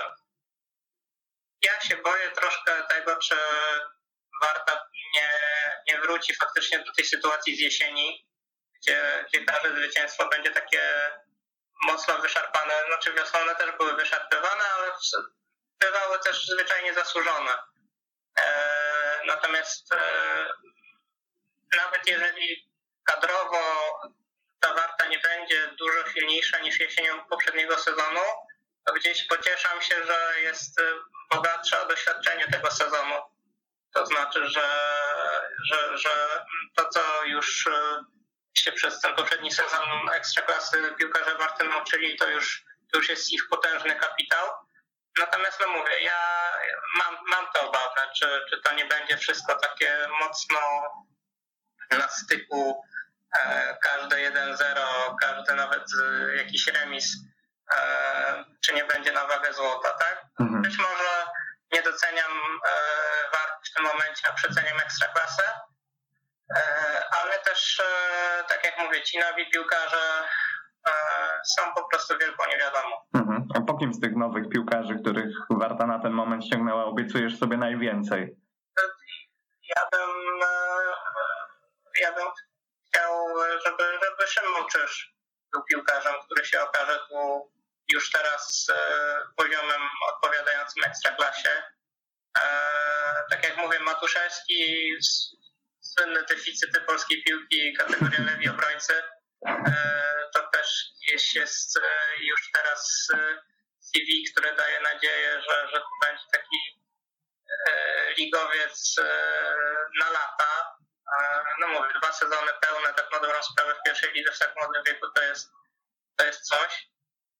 ja się boję troszkę tego, czy Warta nie, nie wróci faktycznie do tej sytuacji z jesieni, gdzie, gdzie każde zwycięstwo będzie takie mocno wyszarpane. Znaczy wiosnone też były wyszarpywane, ale bywały też zwyczajnie zasłużone. E, natomiast e, nawet jeżeli kadrowo ta Warta nie będzie dużo silniejsza niż jesienią poprzedniego sezonu, to gdzieś pocieszam się, że jest bogatsza o doświadczenie tego sezonu. To znaczy, że, że, że to, co już się przez ten poprzedni sezon Ekstraklasy piłkarze Warty nauczyli, to już, to już jest ich potężny kapitał. Natomiast no mówię, ja mam, mam tę obawę, czy, czy to nie będzie wszystko takie mocno na styku, e, każde jeden zero, każdy nawet jakiś remis, e, czy nie będzie na wagę złota, tak? Mhm. Być może nie doceniam e, Warty w tym momencie, a przeceniam Ekstraklasę, e, ale też, e, tak jak mówię, ci nowi piłkarze e, są po prostu wielką niewiadomą. Mhm. A po kim z tych nowych piłkarzy, których Warta na ten moment ściągnęła, obiecujesz sobie najwięcej? Ja bym, ja bym chciał, żeby, żeby Szymon Czyż był piłkarzem, który się okaże tu już teraz poziomem odpowiadającym Ekstraklasie. Tak jak mówię, Matuszewski, słynne deficyty polskiej piłki, kategoria lewi obrońcy, to też gdzieś jest już teraz C V, które daje nadzieję, że, że to będzie taki ligowiec na lata. No mówię, dwa sezony pełne, tak na dobrą sprawę w pierwszej lidze w tak młodym wieku to jest, to jest coś.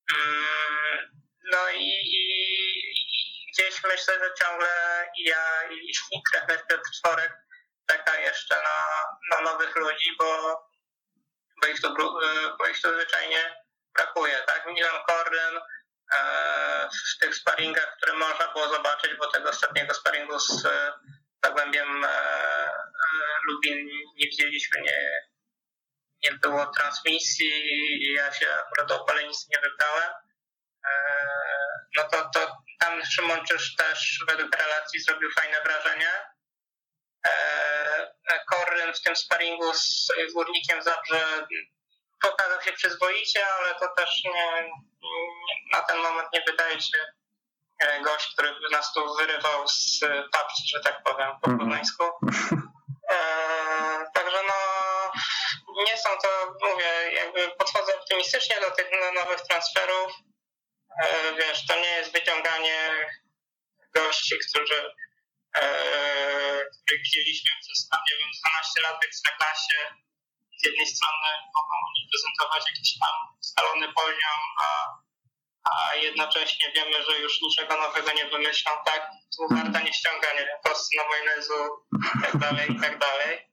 No i, i, i gdzieś myślę, że ciągle ja i, i trener Piotr Czworek czeka jeszcze na, na nowych ludzi, bo, bo, ich tu, bo ich tu zwyczajnie brakuje. Tak? Milan Korlen w tych sparingach, które można było zobaczyć, bo tego ostatniego sparingu z Zagłębiem Lubin nie widzieliśmy, nie, nie było transmisji, ja się akurat o Opalenicy nie wybrałem. No to, to tam Szymon Czyż też według relacji zrobił fajne wrażenie. Korryn w tym sparingu z Górnikiem Zabrze pokazał się przyzwoicie, ale to też nie, na ten moment nie wydaje się gość, który by nas tu wyrywał z papci, że tak powiem, po poznańsku. Także no nie są to, mówię, jakby podchodzę optymistycznie do tych nowych transferów. Wiesz, to nie jest wyciąganie gości, którzy których widzieliśmy przez tam, nie wiem, dwanaście lat w Ekstraklasie. Z jednej strony mogą oni prezentować jakiś tam ustalony poziom, a, a jednocześnie wiemy, że już niczego nowego nie wymyślą, tak? Tu Warta nie ściąga, nie wiem, prosty na majonezu i tak dalej, i tak dalej.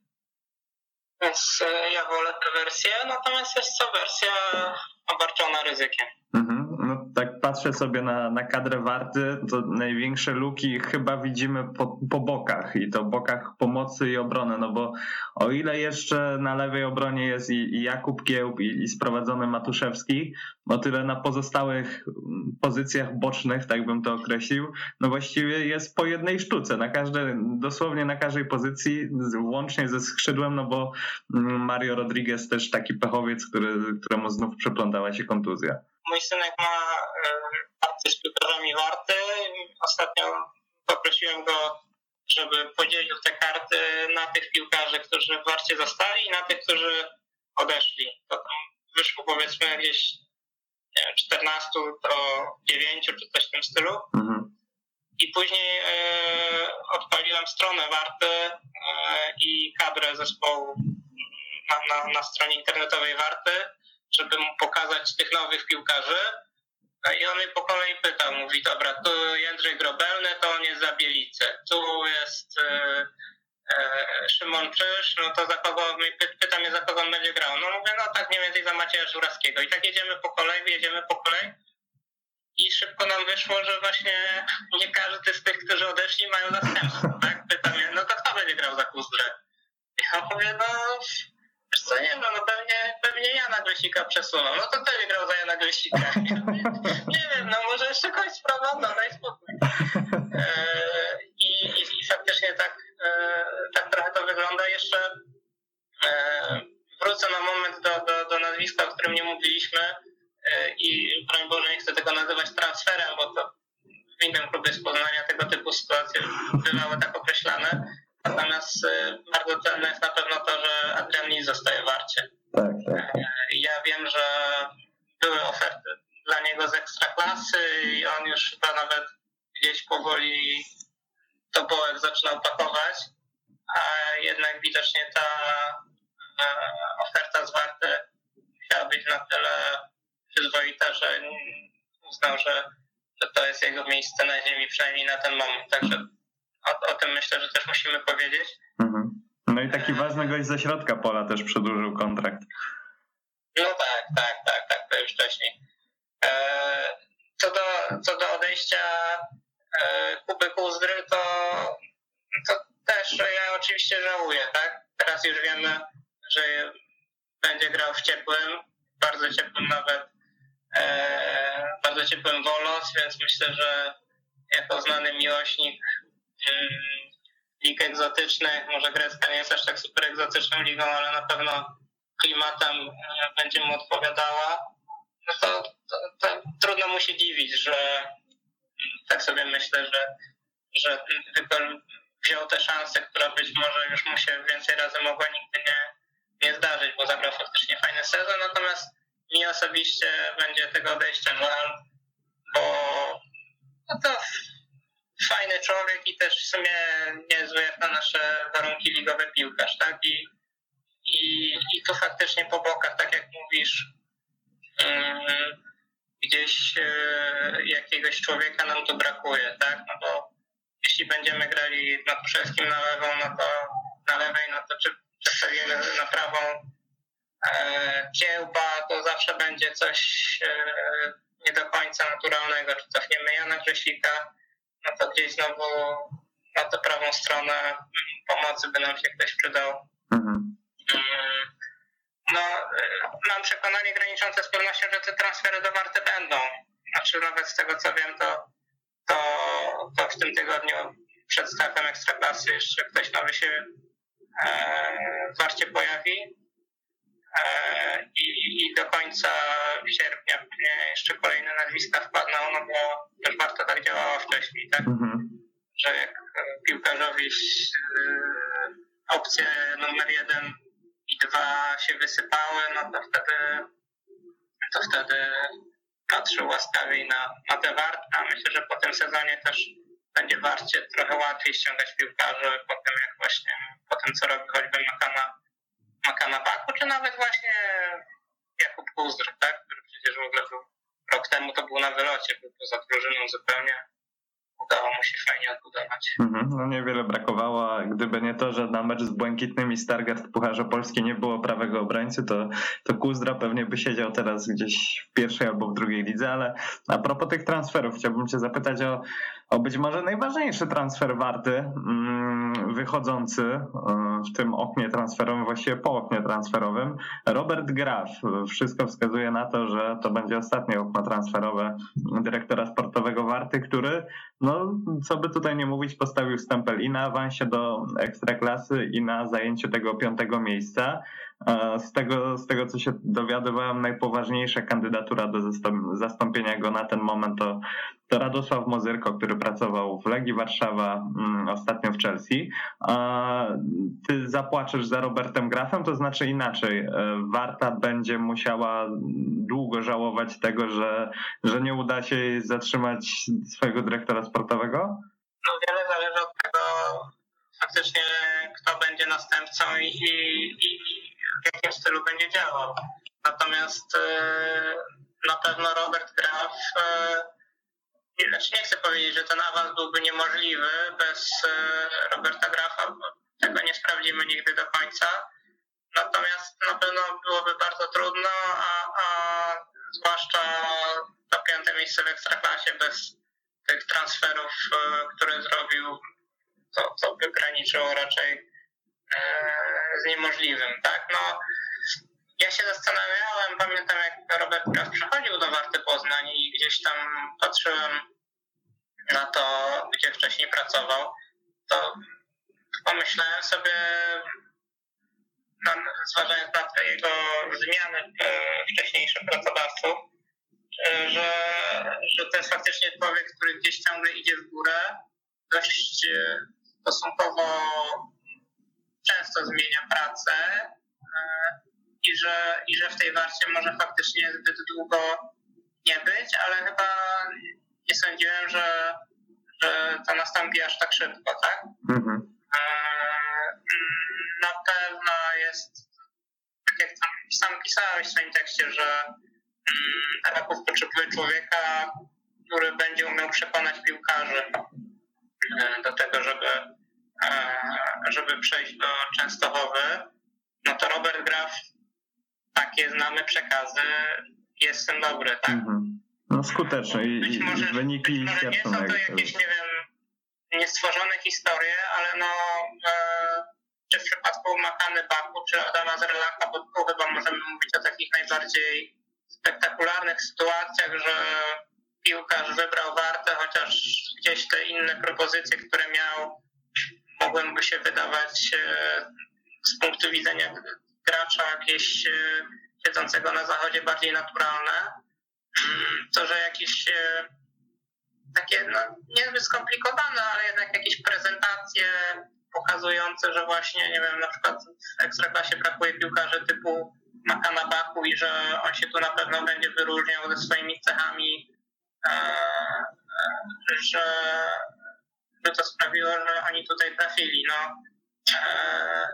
Więc ja wolę tę wersję, natomiast jest to wersja obarczona ryzykiem. Mhm. No tak patrzę sobie na, na kadrę Warty, to największe luki chyba widzimy po, po bokach i to bokach pomocy i obrony, no bo o ile jeszcze na lewej obronie jest i, i Jakub Kiełb i, i sprowadzony Matuszewski, o tyle na pozostałych pozycjach bocznych, tak bym to określił, no właściwie jest po jednej sztuce, na każde, dosłownie na każdej pozycji, łącznie ze skrzydłem, no bo Mario Rodriguez też taki pechowiec, który, któremu znów przeplątała się kontuzja. Mój synek ma karty z piłkarzami Warty. Ostatnio poprosiłem go, żeby podzielił te karty na tych piłkarzy, którzy w Warcie zostali i na tych, którzy odeszli. To tam wyszło powiedzmy gdzieś nie wiem, czternastu do dziewięciu czy coś w tym stylu. Mhm. I później e, odpaliłem stronę Warty e, i kadrę zespołu na, na, na stronie internetowej Warty, żeby mu pokazać tych nowych piłkarzy. I on mnie po kolei pytał, mówi, dobra, tu Jędrzej Grobelny, to on jest za Bielice. Tu jest e, e, Szymon Czyż, no to za kogo, pyta mnie, za kogo on będzie grał. No mówię, no tak mniej więcej za Macieja Żurawskiego. I tak jedziemy po kolei, jedziemy po kolei. I szybko nam wyszło, że właśnie nie każdy z tych, którzy odeszli, mają zastępstwo. Tak? Pyta mnie, no to kto będzie grał za Kuzdrę? Ja mówię, no... Wiesz co, nie wiem, no pewnie, pewnie Jana Glesika przesunął. No to będzie grał za Jana Glesika. Nie, nie wiem, no może jeszcze kogoś sprawa, no daj spokój. E, i, i, I faktycznie tak, e, tak trochę to wygląda. Jeszcze e, wrócę na moment do, do, do nazwiska, o którym nie mówiliśmy e, i broń Boże, nie chcę tego nazywać transferem, bo to w innym klubie z Poznania tego typu sytuacje bywały tak określane. Natomiast bardzo cenne jest na pewno to, że Adrian Lis zostaje w Warcie. Tak, tak. Ja wiem, że były oferty dla niego z Ekstraklasy i on już chyba nawet gdzieś powoli tobołek zaczynał pakować, a jednak widocznie ta oferta z Warty musiała być na tyle przyzwoita, że uznał, że że to jest jego miejsce na ziemi, przynajmniej na ten moment. Także o, o tym myślę, że też musimy powiedzieć. Mhm. No i taki ważny gość ze środka pola też przedłużył kontrakt. No tak, tak, tak, tak, to już wcześniej. Co do, co do odejścia Kuby Kuzdry, to, to też ja oczywiście żałuję, tak? Teraz już wiemy, że będzie grał w ciepłym, bardzo ciepłym nawet, e, bardzo ciepłym Wolos, więc myślę, że jako znany miłośnik mm, lig egzotycznych, może grecka nie jest aż tak super egzotyczną ligą, ale na pewno klimatem będzie mu odpowiadała, no to, to, to trudno mu się dziwić, że tak sobie myślę, że, że Wypel wziął tę szansę, która być może już mu się więcej razy mogła nigdy nie, nie zdarzyć, bo zagrał faktycznie fajny sezon, natomiast mi osobiście będzie tego odejścia żal, bo no to fajny człowiek i też w sumie niezły jak na nasze warunki ligowe piłkarz, tak? I, i, i tu faktycznie po bokach, tak jak mówisz, um, gdzieś e, jakiegoś człowieka nam tu brakuje, tak? No bo jeśli będziemy grali Matuszewskim na lewą, no to na lewej, no to czy przestawimy na prawą e, Kiełba, to zawsze będzie coś e, nie do końca naturalnego, czy cofniemy Jana Grześlika, no to gdzieś znowu na tę prawą stronę pomocy by nam się ktoś przydał. Mhm. No, mam przekonanie graniczące z pewnością, że te transfery do Warty będą. Znaczy nawet z tego co wiem, to, to, to w tym tygodniu przed startem Ekstraklasy jeszcze ktoś nowy się e, w Warcie pojawi e, i, i do końca sierpnia pewnie jeszcze kolejne nazwiska wpadną, no bo też Warta tak działała wcześniej, tak? Mhm. Że jak piłkarzowi opcje numer jeden i dwa się wysypały, no to wtedy to wtedy patrzył łaskawiej na, na tę Wartę, a myślę, że po tym sezonie też będzie Warcie trochę łatwiej ściągać piłkarzy po tym, jak właśnie po tym, co robi choćby Makana, Makana Baku, czy nawet właśnie Jakub Kuzdr, tak? Który przecież w ogóle był, rok temu to był na wylocie, był poza drużyną zupełnie. Udało mu się fajnie odbudować. Mhm, no niewiele brakowało, gdyby nie to, że na mecz z Błękitnymi Stargard w Pucharze Polski nie było prawego obrońcy, to, to Kuzdra pewnie by siedział teraz gdzieś w pierwszej albo w drugiej lidze, ale a propos tych transferów chciałbym cię zapytać o, o być może najważniejszy transfer Warty mm, wychodzący w tym oknie transferowym, właściwie po oknie transferowym. Robert Graf. Wszystko wskazuje na to, że to będzie ostatnie okno transferowe dyrektora sportowego Warty, który no, co by tutaj nie mówić, postawił stempel i na awansie do Ekstraklasy i na zajęciu tego piątego miejsca. Z tego, z tego co się dowiadywałem, najpoważniejsza kandydatura do zastąpienia go na ten moment to, to Radosław Mozyrko, który pracował w Legii Warszawa, ostatnio w Chelsea. Ty zapłaczesz za Robertem Grafem, to znaczy inaczej. Warta będzie musiała długo żałować tego, że, że nie uda się jej zatrzymać swojego dyrektora sportowego? No wiele zależy od tego faktycznie, kto będzie następcą i, i, i w jakim stylu będzie działał. Natomiast na pewno Robert Graf, znaczy nie chcę powiedzieć, że ten awans byłby niemożliwy bez Roberta Grafa, bo tego nie sprawdzimy nigdy do końca. Natomiast na pewno byłoby bardzo trudno, a, a zwłaszcza to piąte miejsce w Ekstraklasie bez tych transferów, które zrobił, to, to by graniczyło raczej z niemożliwym, tak? No, ja się zastanawiałem, pamiętam jak Robert Graf przychodził do Warty Poznań i gdzieś tam patrzyłem na to, gdzie wcześniej pracował, to pomyślałem sobie, no, zważając na te jego zmiany wcześniejszych pracodawców, że, że to jest faktycznie człowiek, który gdzieś ciągle idzie w górę, dość stosunkowo często zmienia pracę i że, i że w tej Warcie może faktycznie zbyt długo nie być, ale chyba nie sądziłem, że, że to nastąpi aż tak szybko, tak? Mhm. Na pewno jest, tak jak sam pisałeś w swoim tekście, że Raków potrzebuje człowieka, który będzie umiał przekonać piłkarzy do tego, żeby, żeby przejść do Częstochowy, no to Robert Graf, takie znamy przekazy, jest w tym dobry, tak? Mhm. No skuteczny i, być może, wyniki być może nie są to jakieś, nie wiem, niestworzone historie, ale no e, czy w przypadku Makany Baku, czy Adama Zerlaka, bo tu chyba możemy mówić o takich najbardziej spektakularnych sytuacjach, że piłkarz wybrał Wartę, chociaż gdzieś te inne propozycje, które miał, mogłyby się wydawać e, z punktu widzenia gracza gdzieś e, siedzącego na zachodzie bardziej naturalne. To, że jakieś e, takie, no niezbyt skomplikowane, ale jednak jakieś prezentacje pokazujące, że właśnie, nie wiem, na przykład w Ekstraklasie brakuje piłkarzy typu Makana Baku i że on się tu na pewno będzie wyróżniał ze swoimi cechami, e, e, że, że to sprawiło, że oni tutaj trafili. No, e,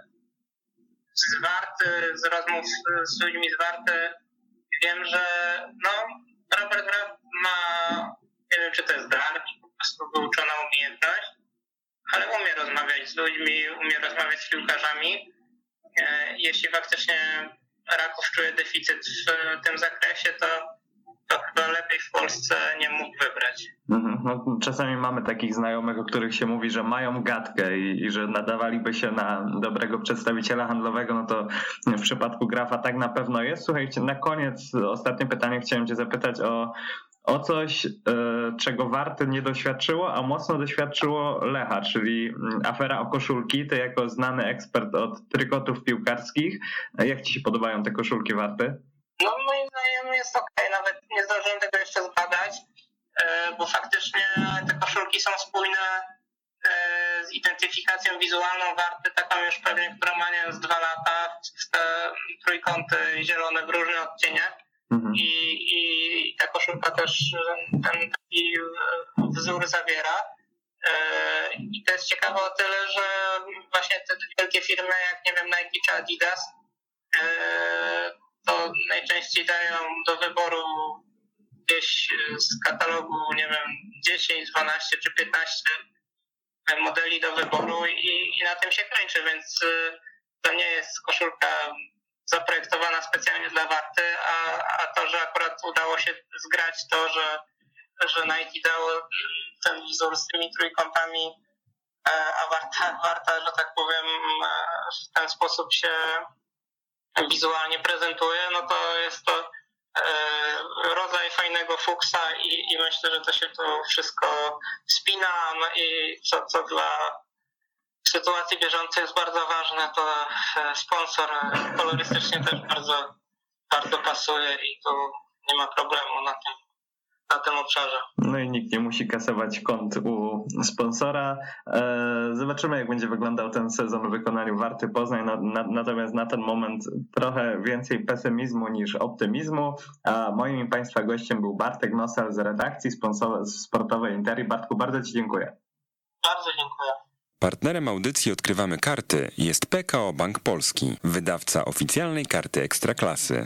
z Warty, z rozmów z ludźmi z Warty wiem, że no, Robert Graf ma, nie wiem czy to jest dar, czy po prostu wyuczona umiejętność, ale umie rozmawiać z ludźmi, umie rozmawiać z piłkarzami. Jeśli faktycznie Raków czuje deficyt w tym zakresie, to, to chyba lepiej w Polsce nie mógł wybrać. No, czasami mamy takich znajomych, o których się mówi, że mają gadkę i, i że nadawaliby się na dobrego przedstawiciela handlowego, no to w przypadku Grafa tak na pewno jest. Słuchajcie, na koniec ostatnie pytanie chciałem cię zapytać o, o coś, czego Warty nie doświadczyło, a mocno doświadczyło Lecha, czyli afera o koszulki. Ty jako znany ekspert od trykotów piłkarskich, jak ci się podobają te koszulki Warty? No moim zdaniem jest okej, okay. Nawet nie zdążyłem tego jeszcze zbadać, bo faktycznie te koszulki są spójne z identyfikacją wizualną Warty, taką już pewnie, która ma nie z dwa lata, te trójkąty zielone w różnych odcieniach. Mhm. I, I ta koszulka też ten taki wzór zawiera. I to jest ciekawe o tyle, że właśnie te wielkie firmy jak, nie wiem, Nike czy Adidas to najczęściej dają do wyboru gdzieś z katalogu, nie wiem, dziesięć, dwanaście czy piętnaście modeli do wyboru i, i na tym się kończy, więc to nie jest koszulka zaprojektowana specjalnie dla Warty, a, a to, że akurat udało się zgrać to, że, że Nike dało ten wzór z tymi trójkątami, a Warta, Warta, że tak powiem, w ten sposób się wizualnie prezentuje, no to jest to rodzaj fajnego fuksa i, i myślę, że to się tu wszystko spina, no i co, co dla sytuacji bieżącej jest bardzo ważne, to sponsor kolorystycznie też bardzo, bardzo pasuje i tu nie ma problemu na tym, na tym obszarze. No i nikt nie musi kasować kont u sponsora. Zobaczymy, jak będzie wyglądał ten sezon w wykonaniu Warty Poznań. Natomiast na ten moment trochę więcej pesymizmu niż optymizmu. A moim i Państwa gościem był Bartek Nosal z redakcji sportowej Interi. Bartku, bardzo Ci dziękuję. Bardzo dziękuję. Partnerem audycji Odkrywamy Karty jest P K O Bank Polski, wydawca oficjalnej karty Ekstraklasy.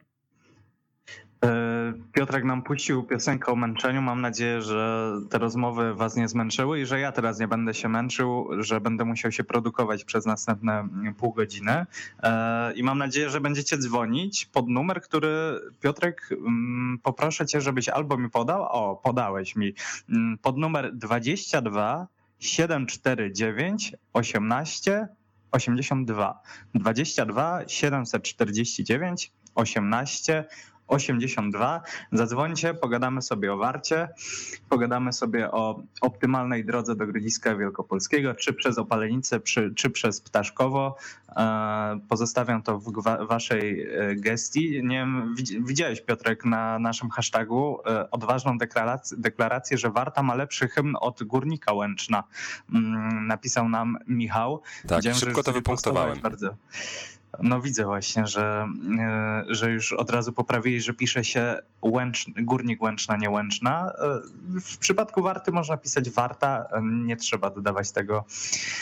Piotrek nam puścił piosenkę o męczeniu. Mam nadzieję, że te rozmowy was nie zmęczyły i że ja teraz nie będę się męczył, że będę musiał się produkować przez następne pół godziny. I mam nadzieję, że będziecie dzwonić pod numer, który Piotrek, poproszę cię, żebyś albo mi podał, o, podałeś mi, pod numer dwadzieścia dwa siedem cztery dziewięć osiemnaście osiemdziesiąt dwa. dwadzieścia dwa siedemset czterdzieści dziewięć osiemnaście osiemdziesiąt dwa. Zadzwońcie, pogadamy sobie o Warcie, pogadamy sobie o optymalnej drodze do Grodziska Wielkopolskiego, czy przez Opalenicę, czy, czy przez Ptaszkowo. Pozostawiam to w waszej gestii. Nie wiem, widziałeś, Piotrek, na naszym hashtagu odważną deklarację, deklarację, że Warta ma lepszy hymn od Górnika Łęczna. Napisał nam Michał. Tak, Widziałem, szybko to wypunktowałem. Bardzo. No widzę właśnie, że, że już od razu poprawili, że pisze się Łęcz, Górnik Łęczna, nie Łęczna. W przypadku Warty można pisać Warta, nie trzeba dodawać tego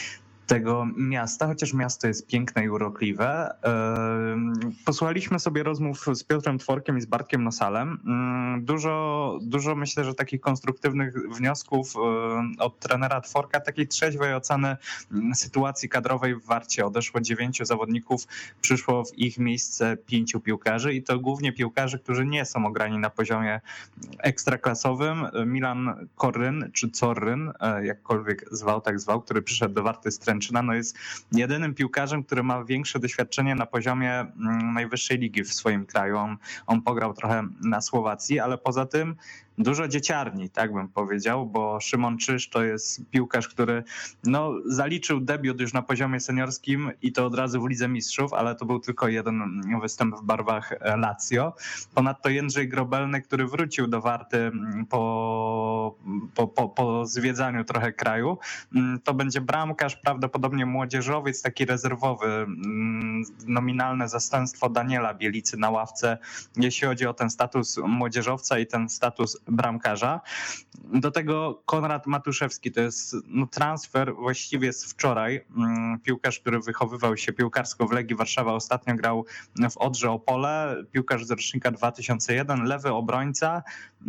tego miasta, chociaż miasto jest piękne i urokliwe. Posłuchaliśmy sobie rozmów z Piotrem Tworkiem i z Bartkiem Nosalem. Dużo, dużo myślę, że takich konstruktywnych wniosków od trenera Tworka, takiej trzeźwej oceny sytuacji kadrowej w Warcie. Odeszło dziewięciu zawodników, przyszło w ich miejsce pięciu piłkarzy i to głównie piłkarzy, którzy nie są ograni na poziomie ekstraklasowym. Milan Korryn, czy Corryn, jakkolwiek zwał, tak zwał, który przyszedł do Warty z Tręczyna, no jest jedynym piłkarzem, który ma większe doświadczenie na poziomie najwyższej ligi w swoim kraju. On, on pograł trochę na Słowacji, ale poza tym dużo dzieciarni, tak bym powiedział, bo Szymon Czyż to jest piłkarz, który no, zaliczył debiut już na poziomie seniorskim i to od razu w Lidze Mistrzów, ale to był tylko jeden występ w barwach Lazio. Ponadto Jędrzej Grobelny, który wrócił do Warty po, po, po, po zwiedzaniu trochę kraju. To będzie bramkarz, prawdopodobnie młodzieżowiec, taki rezerwowy, nominalne zastępstwo Daniela Bielicy na ławce, jeśli chodzi o ten status młodzieżowca i ten status bramkarza. Do tego Konrad Matuszewski, to jest no, transfer właściwie z wczoraj. Piłkarz, który wychowywał się piłkarsko w Legii Warszawa, ostatnio grał w Odrze Opole, piłkarz z rocznika dwa tysiące jeden, lewy obrońca,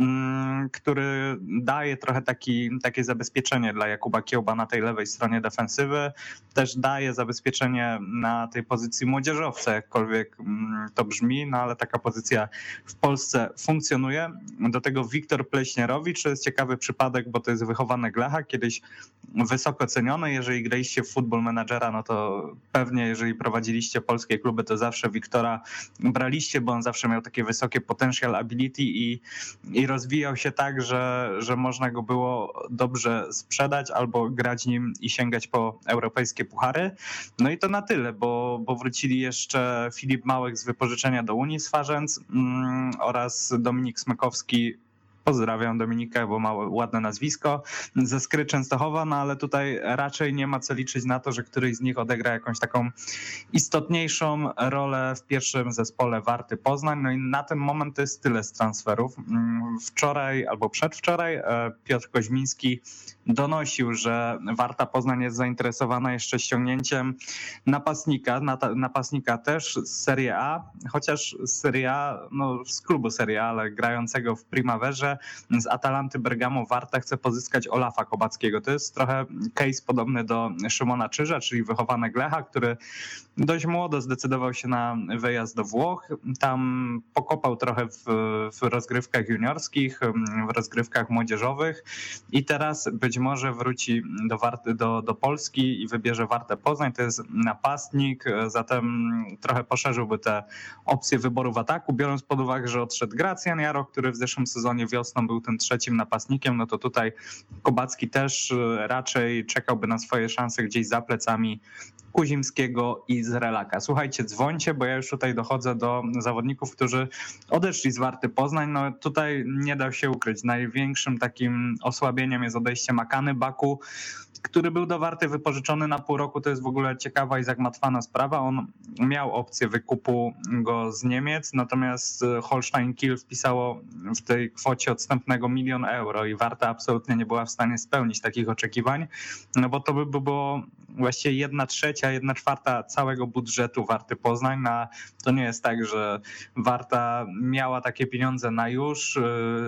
który daje trochę taki, takie zabezpieczenie dla Jakuba Kiełba na tej lewej stronie defensywy. Też daje zabezpieczenie na tej pozycji młodzieżowca, jakkolwiek to brzmi, no ale taka pozycja w Polsce funkcjonuje. Do tego Wiktor Pleśnierowicz, to jest ciekawy przypadek, bo to jest wychowanek Lecha, kiedyś wysoko ceniony. Jeżeli graliście w Football Managera, no to pewnie jeżeli prowadziliście polskie kluby, to zawsze Wiktora braliście, bo on zawsze miał takie wysokie potential ability i, i rozwijał się tak, że, że można go było dobrze sprzedać albo grać nim i sięgać po europejskie puchary. No i to na tyle, bo, bo wrócili jeszcze Filip Małek z wypożyczenia do Unii Swarzędz mm, oraz Dominik Smykowski. Pozdrawiam Dominika, bo ma ładne nazwisko, ze Skry Częstochowa, no ale tutaj raczej nie ma co liczyć na to, że któryś z nich odegra jakąś taką istotniejszą rolę w pierwszym zespole Warty Poznań. No i na ten moment to jest tyle z transferów. Wczoraj albo przedwczoraj Piotr Koźmiński donosił, że Warta Poznań jest zainteresowana jeszcze ściągnięciem napastnika, napastnika też z Serie A, chociaż z Serie A, no z klubu Serie A, ale grającego w Primaverze, z Atalanty Bergamo Warta chce pozyskać Olafa Kobackiego. To jest trochę case podobny do Szymona Czyża, czyli wychowanek Lecha, który dość młodo zdecydował się na wyjazd do Włoch. Tam pokopał trochę w, w rozgrywkach juniorskich, w rozgrywkach młodzieżowych i teraz być może wróci do, Warty, do, do Polski i wybierze Wartę Poznań. To jest napastnik, zatem trochę poszerzyłby te opcje wyboru w ataku, biorąc pod uwagę, że odszedł Gracjan Jaro, który w zeszłym sezonie wiosną był tym trzecim napastnikiem, no to tutaj Kobacki też raczej czekałby na swoje szanse gdzieś za plecami Kuzimskiego i Zrelaka. Słuchajcie, dzwońcie, bo ja już tutaj dochodzę do zawodników, którzy odeszli z Warty Poznań. No tutaj nie da się ukryć. Największym takim osłabieniem jest odejście Makany Baku, który był do Warty wypożyczony na pół roku. To jest w ogóle ciekawa i zagmatwana sprawa. On miał opcję wykupu go z Niemiec, natomiast Holstein Kiel wpisało w tej kwocie odstępnego milion euro i Warta absolutnie nie była w stanie spełnić takich oczekiwań, no bo to by było właściwie jedna trzecia, jedna czwarta całego budżetu Warty Poznań. Na, to nie jest tak, że Warta miała takie pieniądze na już.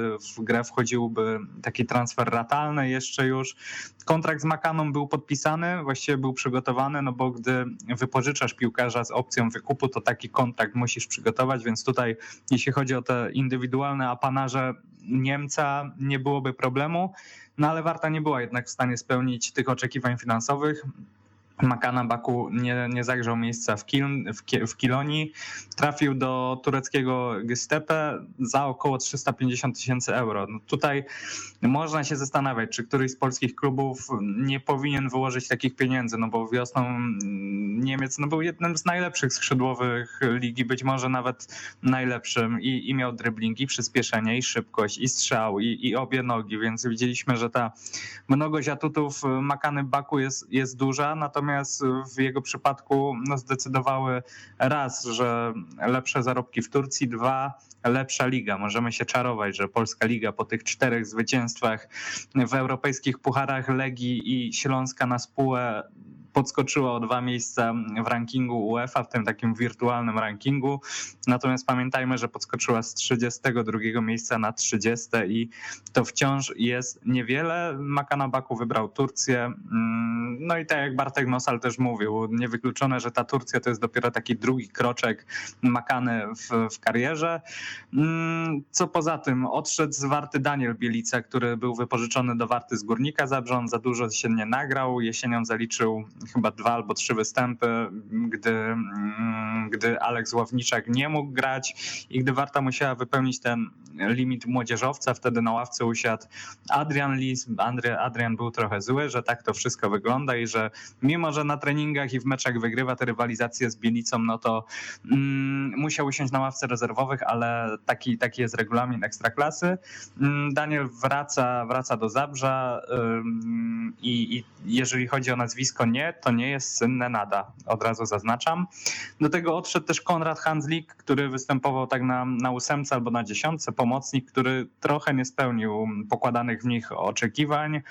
W grę wchodziłby taki transfer ratalny jeszcze już. Kontrakt z Makaną był podpisany, właściwie był przygotowany, no bo gdy wypożyczasz piłkarza z opcją wykupu, to taki kontrakt musisz przygotować, więc tutaj jeśli chodzi o te indywidualne apanaże Niemca, nie byłoby problemu, no ale Warta nie była jednak w stanie spełnić tych oczekiwań finansowych. Makana Baku nie, nie zagrzał miejsca w, Kil, w, Ki, w Kilonii. Trafił do tureckiego Göztepe za około trzysta pięćdziesiąt tysięcy euro. No tutaj można się zastanawiać, czy któryś z polskich klubów nie powinien wyłożyć takich pieniędzy, no bo wiosną Niemiec no był jednym z najlepszych skrzydłowych ligi, być może nawet najlepszym i, i miał driblingi, przyspieszenie i szybkość i strzał i, i obie nogi, więc widzieliśmy, że ta mnogość atutów Makany Baku jest, jest duża, natomiast Natomiast w jego przypadku no, zdecydowały raz, że lepsze zarobki w Turcji, dwa, lepsza liga. Możemy się czarować, że polska liga po tych czterech zwycięstwach w europejskich pucharach Legii i Śląska na spółę podskoczyła o dwa miejsca w rankingu UEFA, w tym takim wirtualnym rankingu. Natomiast pamiętajmy, że podskoczyła z trzydziestego drugiego miejsca na trzydzieste i to wciąż jest niewiele. Makana Baku wybrał Turcję. No i tak jak Bartek Nosal też mówił, niewykluczone, że ta Turcja to jest dopiero taki drugi kroczek Makany w, w karierze. Co poza tym, odszedł z Warty Daniel Bielica, który był wypożyczony do Warty z Górnika Zabrze. On za dużo się nie nagrał. Jesienią zaliczył chyba dwa albo trzy występy, gdy, gdy Aleks Ławniczak nie mógł grać i gdy Warta musiała wypełnić ten limit młodzieżowca, wtedy na ławce usiadł Adrian Lis. Adrian był trochę zły, że tak to wszystko wygląda i że mimo, że na treningach i w meczach wygrywa te rywalizacje z Bielicą, no to mm, musiał usiąść na ławce rezerwowych, ale taki, taki jest regulamin Ekstraklasy. Daniel wraca, wraca do Zabrza ym, i, i jeżeli chodzi o nazwisko nie, to nie jest syn Nenada, od razu zaznaczam. Do tego odszedł też Konrad Hanzlik, który występował tak na, na ósemce albo na dziesiątce, pomocnik, który trochę nie spełnił pokładanych w nich oczekiwań.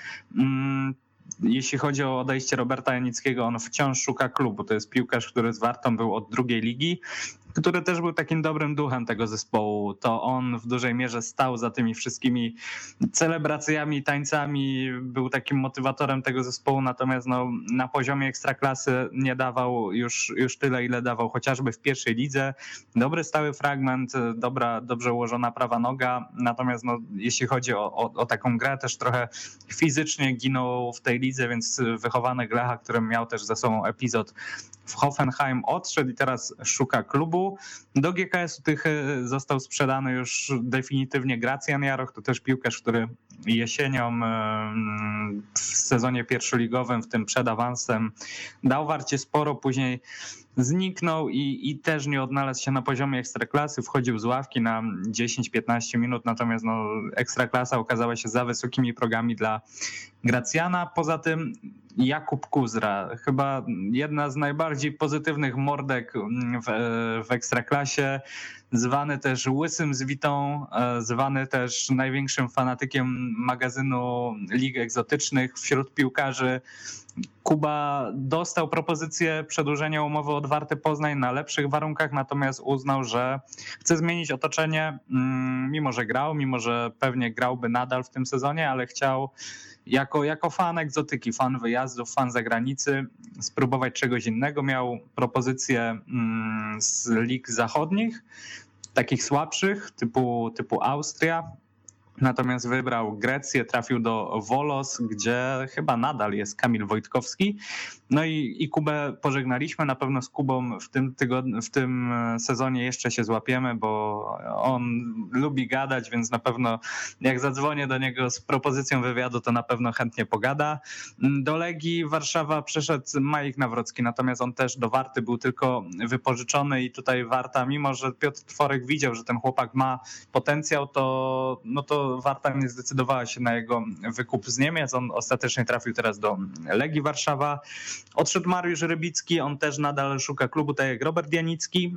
Jeśli chodzi o odejście Roberta Janickiego, on wciąż szuka klubu. To jest piłkarz, który z Wartą był od drugiej ligi, który też był takim dobrym duchem tego zespołu. To on w dużej mierze stał za tymi wszystkimi celebracjami, tańcami, był takim motywatorem tego zespołu, natomiast no, na poziomie Ekstraklasy nie dawał już, już tyle, ile dawał chociażby w pierwszej lidze. Dobry stały fragment, dobra, dobrze ułożona prawa noga, natomiast no, jeśli chodzi o, o, o taką grę, też trochę fizycznie ginął w tej lidze, więc wychowany Lecha, który miał też za sobą epizod w Hoffenheim, odszedł i teraz szuka klubu. Do G K S-u Tychy został sprzedany już definitywnie Gracjan Jaroch, to też piłkarz, który jesienią w sezonie pierwszoligowym, w tym przed awansem, dał Warcie sporo, później zniknął i, i też nie odnalazł się na poziomie Ekstraklasy, wchodził z ławki na dziesięć piętnaście minut, natomiast no, Ekstraklasa okazała się za wysokimi progami dla Gracjana. Poza tym Jakub Kuzra, chyba jedna z najbardziej pozytywnych mordek w, w Ekstraklasie, zwany też Łysym z Witą, zwany też największym fanatykiem magazynu Lig Egzotycznych wśród piłkarzy. Kuba dostał propozycję przedłużenia umowy od Warty Poznań na lepszych warunkach, natomiast uznał, że chce zmienić otoczenie, mimo że grał, mimo że pewnie grałby nadal w tym sezonie, ale chciał jako, jako fan egzotyki, fan wyjazdów, fan zagranicy spróbować czegoś innego. Miał propozycje z lig zachodnich, takich słabszych, typu, typu Austria. Natomiast wybrał Grecję, trafił do Volos, gdzie chyba nadal jest Kamil Wojtkowski. No i, i Kubę pożegnaliśmy. Na pewno z Kubą w tym tygodniu, w tym sezonie jeszcze się złapiemy, bo on lubi gadać, więc na pewno jak zadzwonię do niego z propozycją wywiadu, to na pewno chętnie pogada. Do Legii Warszawa przeszedł Majik Nawrocki, natomiast on też do Warty był tylko wypożyczony i tutaj Warta, mimo że Piotr Tworek widział, że ten chłopak ma potencjał, to, no to Warta nie zdecydowała się na jego wykup z Niemiec. On ostatecznie trafił teraz do Legii Warszawa. Odszedł Mariusz Rybicki, on też nadal szuka klubu, tak jak Robert Janicki.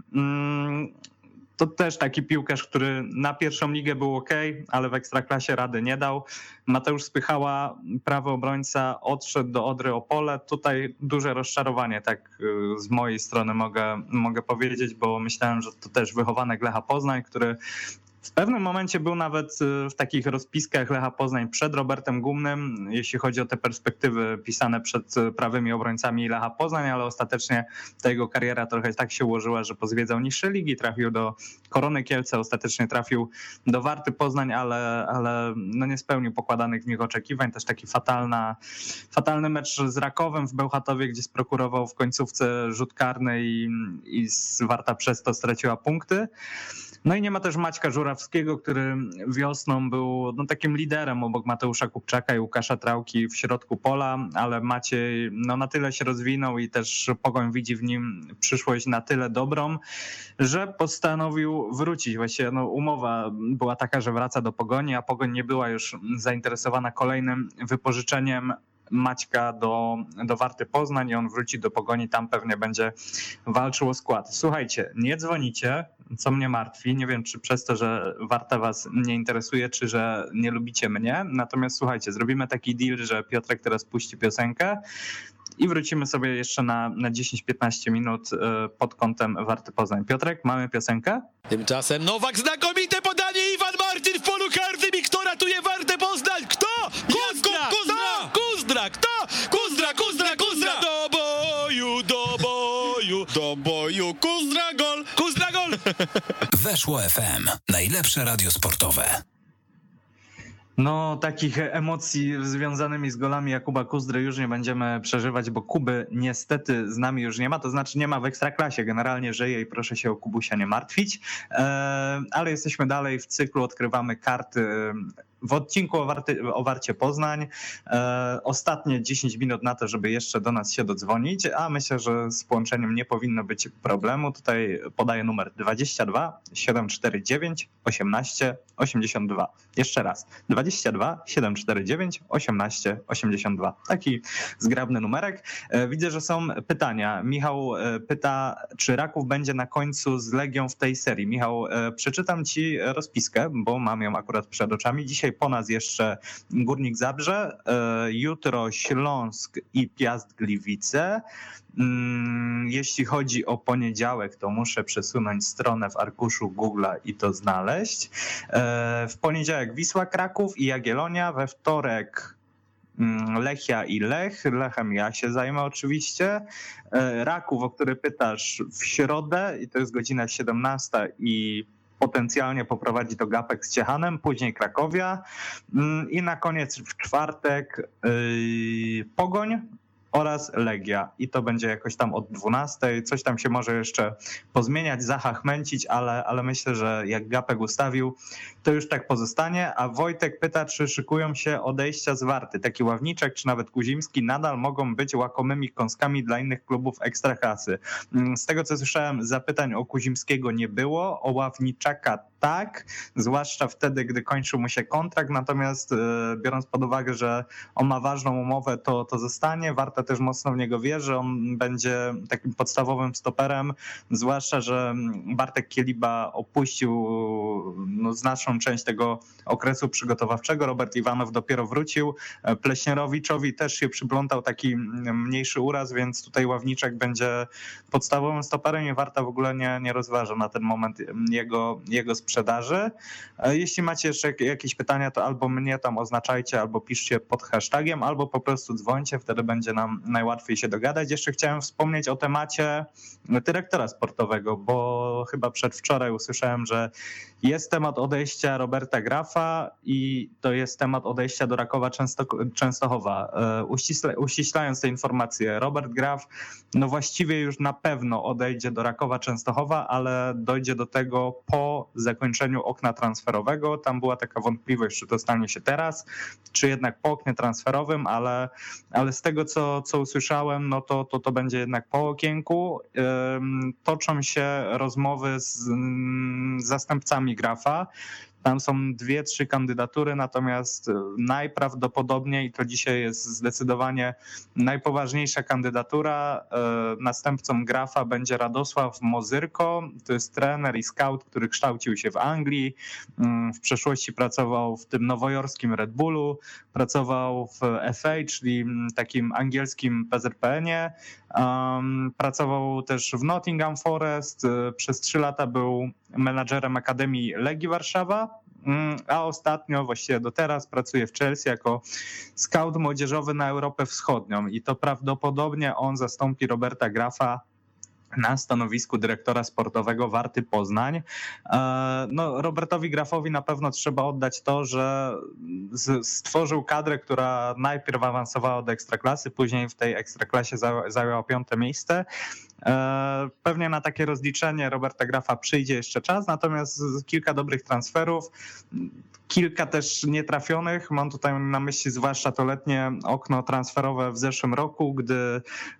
To też taki piłkarz, który na pierwszą ligę był ok, ale w Ekstraklasie rady nie dał. Mateusz Spychała, prawy obrońca, odszedł do Odry Opole. Tutaj duże rozczarowanie, tak z mojej strony mogę, mogę powiedzieć, bo myślałem, że to też wychowanek Lecha Poznań, który w pewnym momencie był nawet w takich rozpiskach Lecha Poznań przed Robertem Gumnym, jeśli chodzi o te perspektywy pisane przed prawymi obrońcami Lecha Poznań, ale ostatecznie ta jego kariera trochę tak się ułożyła, że pozwiedzał niższe ligi, trafił do Korony Kielce, ostatecznie trafił do Warty Poznań, ale, ale no nie spełnił pokładanych w nich oczekiwań. Też taki fatalna, fatalny mecz z Rakowem w Bełchatowie, gdzie sprokurował w końcówce rzut karny i, i Warta przez to straciła punkty. No i nie ma też Maćka Żurawskiego, który wiosną był no, takim liderem obok Mateusza Kupczaka i Łukasza Trałki w środku pola, ale Maciej no, na tyle się rozwinął i też Pogoń widzi w nim przyszłość na tyle dobrą, że postanowił wrócić. Właściwie no, umowa była taka, że wraca do Pogoni, a Pogoń nie była już zainteresowana kolejnym wypożyczeniem Maćka do, do Warty Poznań i on wróci do Pogoni, tam pewnie będzie walczył o skład. Słuchajcie, nie dzwonicie, co mnie martwi. Nie wiem, czy przez to, że Warta was nie interesuje, czy że nie lubicie mnie. Natomiast słuchajcie, zrobimy taki deal, że Piotrek teraz puści piosenkę i wrócimy sobie jeszcze na, na dziesięć piętnaście minut pod kątem Warty Poznań. Piotrek, mamy piosenkę? Tymczasem Nowak, znakomite podanie, Iwan Martin w polu karnym i kto ratuje Wartę Poznań? Kto? Kuzdra! Kuzdra! Kuzdra! Kto? Kuzdra, Kuzdra, Kuzdra! Do boju, do boju, do boju, Kuzdra gol, Kuzdra gol! Weszło F M. Najlepsze radio sportowe. No, takich emocji związanymi z golami Jakuba Kuzdry już nie będziemy przeżywać, bo Kuby niestety z nami już nie ma, to znaczy nie ma w Ekstraklasie, generalnie żyje i proszę się o Kubusia nie martwić, ale jesteśmy dalej w cyklu, odkrywamy karty w odcinku o, Warty, o Warcie Poznań. E, ostatnie dziesięć minut na to, żeby jeszcze do nas się dodzwonić, a myślę, że z połączeniem nie powinno być problemu. Tutaj podaję numer dwadzieścia dwa siedem cztery dziewięć osiemnaście osiemdziesiąt dwa. Jeszcze raz. dwadzieścia dwa siedem cztery dziewięć osiemnaście osiemdziesiąt dwa. Taki zgrabny numerek. E, widzę, że są pytania. Michał e, pyta, czy Raków będzie na końcu z Legią w tej serii. Michał, e, przeczytam ci rozpiskę, bo mam ją akurat przed oczami. Dzisiaj po nas jeszcze Górnik Zabrze, jutro Śląsk i Piast Gliwice. Jeśli chodzi o poniedziałek, to muszę przesunąć stronę w arkuszu Google'a i to znaleźć. W poniedziałek Wisła Kraków i Jagiellonia, we wtorek Lechia i Lech. Lechem ja się zajmę oczywiście. Raków, o który pytasz, w środę i to jest godzina siedemnasta i potencjalnie poprowadzi to Gapek z Ciechanem, później Krakowia i na koniec w czwartek yy, Pogoń oraz Legia i to będzie jakoś tam od dwunastej, coś tam się może jeszcze pozmieniać, zahachmęcić, ale, ale myślę, że jak Gapek ustawił, to już tak pozostanie, a Wojtek pyta, czy szykują się odejścia z Warty. Taki Ławniczek, czy nawet Kuzimski nadal mogą być łakomymi kąskami dla innych klubów Ekstraklasy. Z tego, co słyszałem, zapytań o Kuzimskiego nie było, o Ławniczaka tak, zwłaszcza wtedy, gdy kończył mu się kontrakt, natomiast biorąc pod uwagę, że on ma ważną umowę, to, to zostanie. Warta też mocno w niego wierzy, on będzie takim podstawowym stoperem, zwłaszcza, że Bartek Kieliba opuścił no, znaczną część tego okresu przygotowawczego, Robert Iwanow dopiero wrócił, Pleśnierowiczowi też się przyplątał taki mniejszy uraz, więc tutaj Ławniczek będzie podstawowym stoperem i Warta w ogóle nie, nie rozważa na ten moment jego, jego sprzedaży. Jeśli macie jeszcze jakieś pytania, to albo mnie tam oznaczajcie, albo piszcie pod hashtagiem, albo po prostu dzwońcie, wtedy będzie nam najłatwiej się dogadać. Jeszcze chciałem wspomnieć o temacie dyrektora sportowego, bo chyba przedwczoraj usłyszałem, że jest temat odejścia Roberta Grafa i to jest temat odejścia do Rakowa Często, Częstochowa. Uścisle, uściślając te informacje, Robert Graf no właściwie już na pewno odejdzie do Rakowa Częstochowa, ale dojdzie do tego po zakończeniu okna transferowego. Tam była taka wątpliwość, czy to stanie się teraz, czy jednak po oknie transferowym, ale, ale z tego, co, co usłyszałem, no to, to to będzie jednak po okienku. Toczą się rozmowy z zastępcami Grafa. Tam są dwie, trzy kandydatury, natomiast najprawdopodobniej, to dzisiaj jest zdecydowanie najpoważniejsza kandydatura, następcą Grafa będzie Radosław Mozyrko. To jest trener i scout, który kształcił się w Anglii. W przeszłości pracował w tym nowojorskim Red Bullu, pracował w F A, czyli takim angielskim P Z P N-ie. Pracował też w Nottingham Forest. Przez trzy lata był menadżerem Akademii Legii Warszawa, a ostatnio, właściwie do teraz, pracuje w Chelsea jako scout młodzieżowy na Europę Wschodnią i to prawdopodobnie on zastąpi Roberta Grafa na stanowisku dyrektora sportowego Warty Poznań. No, Robertowi Grafowi na pewno trzeba oddać to, że stworzył kadrę, która najpierw awansowała do Ekstraklasy, później w tej Ekstraklasie zajęła piąte miejsce. Pewnie na takie rozliczenie Roberta Grafa przyjdzie jeszcze czas, natomiast kilka dobrych transferów, kilka też nietrafionych. Mam tutaj na myśli zwłaszcza to letnie okno transferowe w zeszłym roku, gdy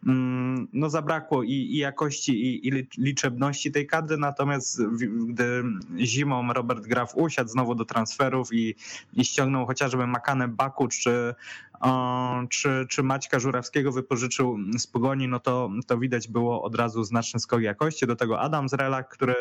no, zabrakło i, i jakości, i, i liczebności tej kadry, natomiast gdy zimą Robert Graf usiadł znowu do transferów i, i ściągnął chociażby Makanę Baku czy czy, czy Maćka Żurawskiego wypożyczył z Pogoni, no to, to widać było od razu znaczny skok jakości. Do tego Adam Zrelak, który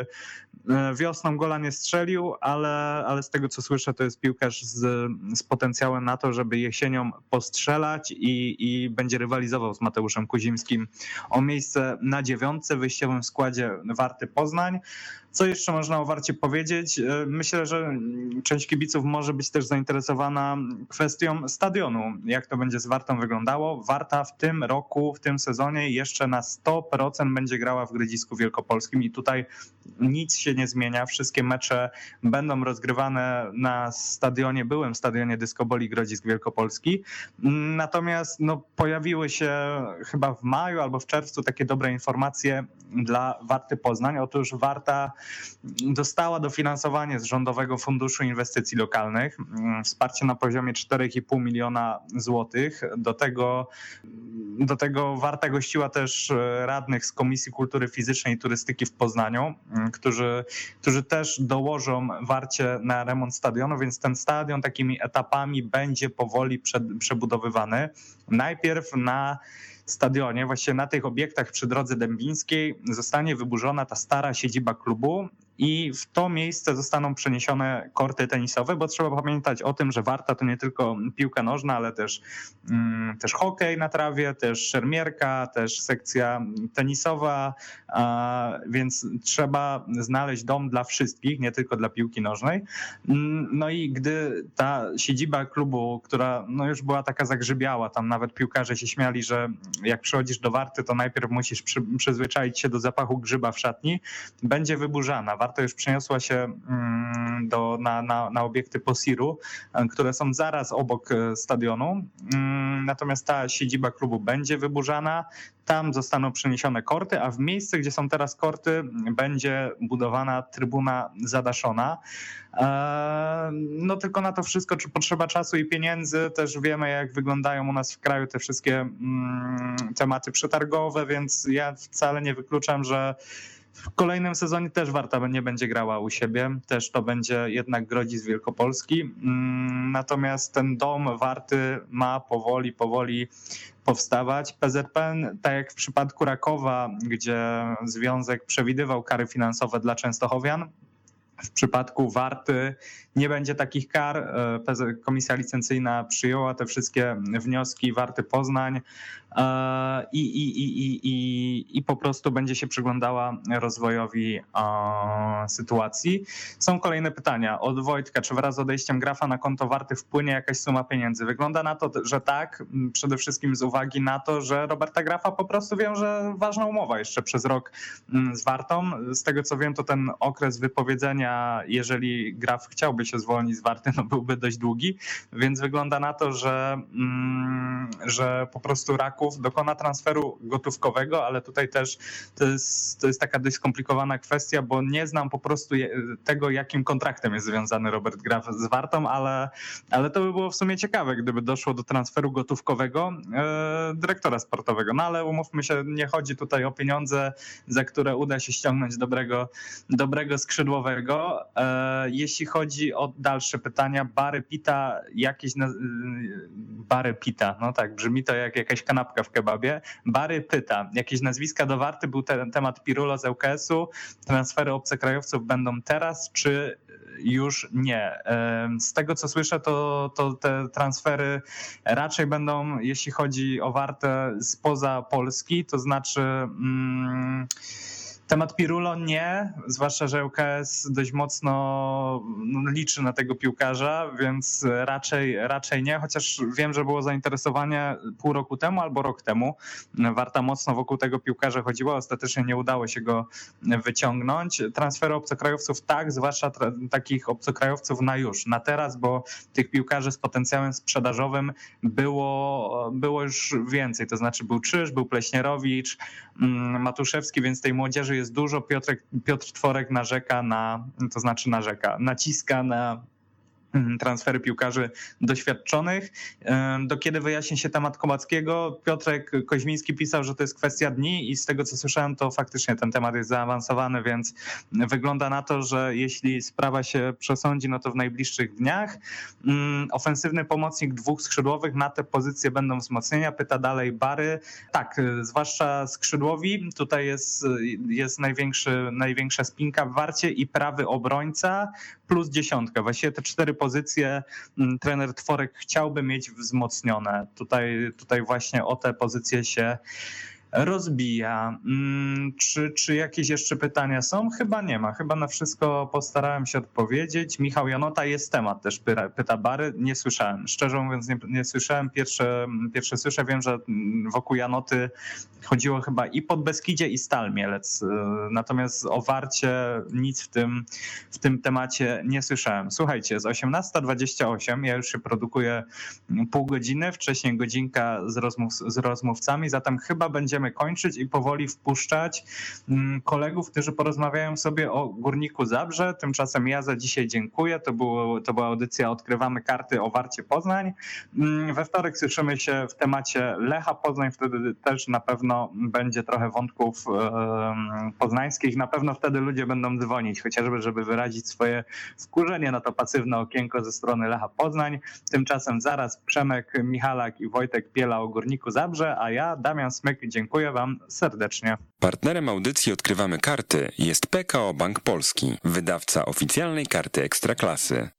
wiosną gola nie strzelił, ale, ale z tego co słyszę, to jest piłkarz z, z potencjałem na to, żeby jesienią postrzelać i, i będzie rywalizował z Mateuszem Kuzimskim o miejsce na dziewiątce w wyjściowym składzie Warty Poznań. Co jeszcze można o Warcie powiedzieć? Myślę, że część kibiców może być też zainteresowana kwestią stadionu. Jak to będzie z Wartą wyglądało? Warta w tym roku, w tym sezonie jeszcze na sto procent będzie grała w Grodzisku Wielkopolskim i tutaj nic się nie zmienia. Wszystkie mecze będą rozgrywane na stadionie, byłym stadionie Dyskoboli Grodzisk Wielkopolski. Natomiast no, pojawiły się chyba w maju albo w czerwcu takie dobre informacje dla Warty Poznań. Otóż Warta dostała dofinansowanie z Rządowego Funduszu Inwestycji Lokalnych, wsparcie na poziomie cztery i pół miliona złotych. Do tego, do tego Warta gościła też radnych z Komisji Kultury Fizycznej i Turystyki w Poznaniu, którzy, którzy też dołożą Warcie na remont stadionu, więc ten stadion takimi etapami będzie powoli przed, przebudowywany. Najpierw na stadionie, właściwie na tych obiektach przy drodze dębińskiej zostanie wyburzona ta stara siedziba klubu i w to miejsce zostaną przeniesione korty tenisowe, bo trzeba pamiętać o tym, że Warta to nie tylko piłka nożna, ale też, mm, też hokej na trawie, też szermierka, też sekcja tenisowa, a, więc trzeba znaleźć dom dla wszystkich, nie tylko dla piłki nożnej. No i gdy ta siedziba klubu, która no już była taka zagrzybiała, tam nawet piłkarze się śmiali, że jak przychodzisz do Warty, to najpierw musisz przy, przyzwyczaić się do zapachu grzyba w szatni, będzie wyburzana. Warta już przeniosła się do, na, na, na obiekty Posiru, które są zaraz obok stadionu. Natomiast ta siedziba klubu będzie wyburzana. Tam zostaną przeniesione korty, a w miejsce, gdzie są teraz korty, będzie budowana trybuna zadaszona. No tylko na to wszystko czy potrzeba czasu i pieniędzy. Też wiemy, jak wyglądają u nas w kraju te wszystkie tematy przetargowe, więc ja wcale nie wykluczam, że w kolejnym sezonie też Warta nie będzie grała u siebie, też to będzie jednak Grodzisk Wielkopolski. Natomiast ten dom Warty ma powoli, powoli powstawać. P Z P N, tak jak w przypadku Rakowa, gdzie związek przewidywał kary finansowe dla częstochowian, w przypadku Warty nie będzie takich kar. Komisja licencyjna przyjęła te wszystkie wnioski Warty Poznań i, i, i, i, i po prostu będzie się przyglądała rozwojowi sytuacji. Są kolejne pytania od Wojtka. Czy wraz z odejściem Grafa na konto Warty wpłynie jakaś suma pieniędzy? Wygląda na to, że tak. Przede wszystkim z uwagi na to, że Roberta Grafa po prostu wiąże ważna umowa jeszcze przez rok z Wartą. Z tego co wiem, to ten okres wypowiedzenia, jeżeli Graf chciałby się zwolnić z Warty, no byłby dość długi, więc wygląda na to, że, mm, że po prostu Raków dokona transferu gotówkowego, ale tutaj też to jest, to jest taka dość skomplikowana kwestia, bo nie znam po prostu tego, jakim kontraktem jest związany Robert Graf z Wartą, ale, ale to by było w sumie ciekawe, gdyby doszło do transferu gotówkowego e, dyrektora sportowego. No ale umówmy się, nie chodzi tutaj o pieniądze, za które uda się ściągnąć dobrego, dobrego skrzydłowego. E, jeśli chodzi o dalsze pytania, Bary Pita, jakieś na... Bary Pita, no tak, brzmi to jak jakaś kanapka w kebabie. Bary pyta, jakieś nazwiska do Warty, był ten temat Pirulo z L K S-u, transfery obcokrajowców będą teraz, czy już nie? Z tego co słyszę, to, to te transfery raczej będą, jeśli chodzi o Wartę, spoza Polski, to znaczy mm, temat Pirulo nie, zwłaszcza, że L K S dość mocno liczy na tego piłkarza, więc raczej, raczej nie, chociaż wiem, że było zainteresowanie pół roku temu albo rok temu. Warta mocno wokół tego piłkarza chodziła, ostatecznie nie udało się go wyciągnąć. Transfery obcokrajowców tak, zwłaszcza tra- takich obcokrajowców na już, na teraz, bo tych piłkarzy z potencjałem sprzedażowym było, było już więcej, to znaczy był Czyż, był Pleśnierowicz, Matuszewski, więc tej młodzieży jest dużo. Piotrek, Piotr Tworek narzeka na, to znaczy narzeka, naciska na transfery piłkarzy doświadczonych. Do kiedy wyjaśni się temat Komackiego? Piotrek Koźmiński pisał, że to jest kwestia dni i z tego co słyszałem, to faktycznie ten temat jest zaawansowany, więc wygląda na to, że jeśli sprawa się przesądzi, no to w najbliższych dniach. Ofensywny pomocnik dwóch skrzydłowych, na te pozycje będą wzmocnienia, pyta dalej Bary. Tak, zwłaszcza skrzydłowi, tutaj jest, jest największy, największa spinka w Warcie i prawy obrońca plus dziesiątka. Właściwie te cztery pozycje trener Tworek chciałby mieć wzmocnione. Tutaj, tutaj właśnie o te pozycje się rozbija. Czy, czy jakieś jeszcze pytania są? Chyba nie ma. Chyba na wszystko postarałem się odpowiedzieć. Michał Janota, jest temat też, pyta Bary. Nie słyszałem. Szczerze mówiąc nie, nie słyszałem. Pierwsze, pierwsze słyszę. Wiem, że wokół Janoty chodziło chyba i Podbeskidzie i Stal Mielec. Natomiast o Warcie nic w tym, w tym temacie nie słyszałem. Słuchajcie, z osiemnasta dwadzieścia osiem ja już się produkuję pół godziny, wcześniej godzinka z, rozmów, z rozmówcami, zatem chyba będziemy kończyć i powoli wpuszczać kolegów, którzy porozmawiają sobie o Górniku Zabrze. Tymczasem ja za dzisiaj dziękuję. To, było, to była audycja Odkrywamy karty o Warcie Poznań. We wtorek słyszymy się w temacie Lecha Poznań. Wtedy też na pewno będzie trochę wątków poznańskich. Na pewno wtedy ludzie będą dzwonić, chociażby żeby wyrazić swoje wkurzenie na to pasywne okienko ze strony Lecha Poznań. Tymczasem zaraz Przemek Michalak i Wojtek Piela o Górniku Zabrze, a ja, Damian Smyk, dziękuję wam serdecznie. Partnerem audycji Odkrywamy karty jest P K O Bank Polski, wydawca oficjalnej karty Ekstraklasy.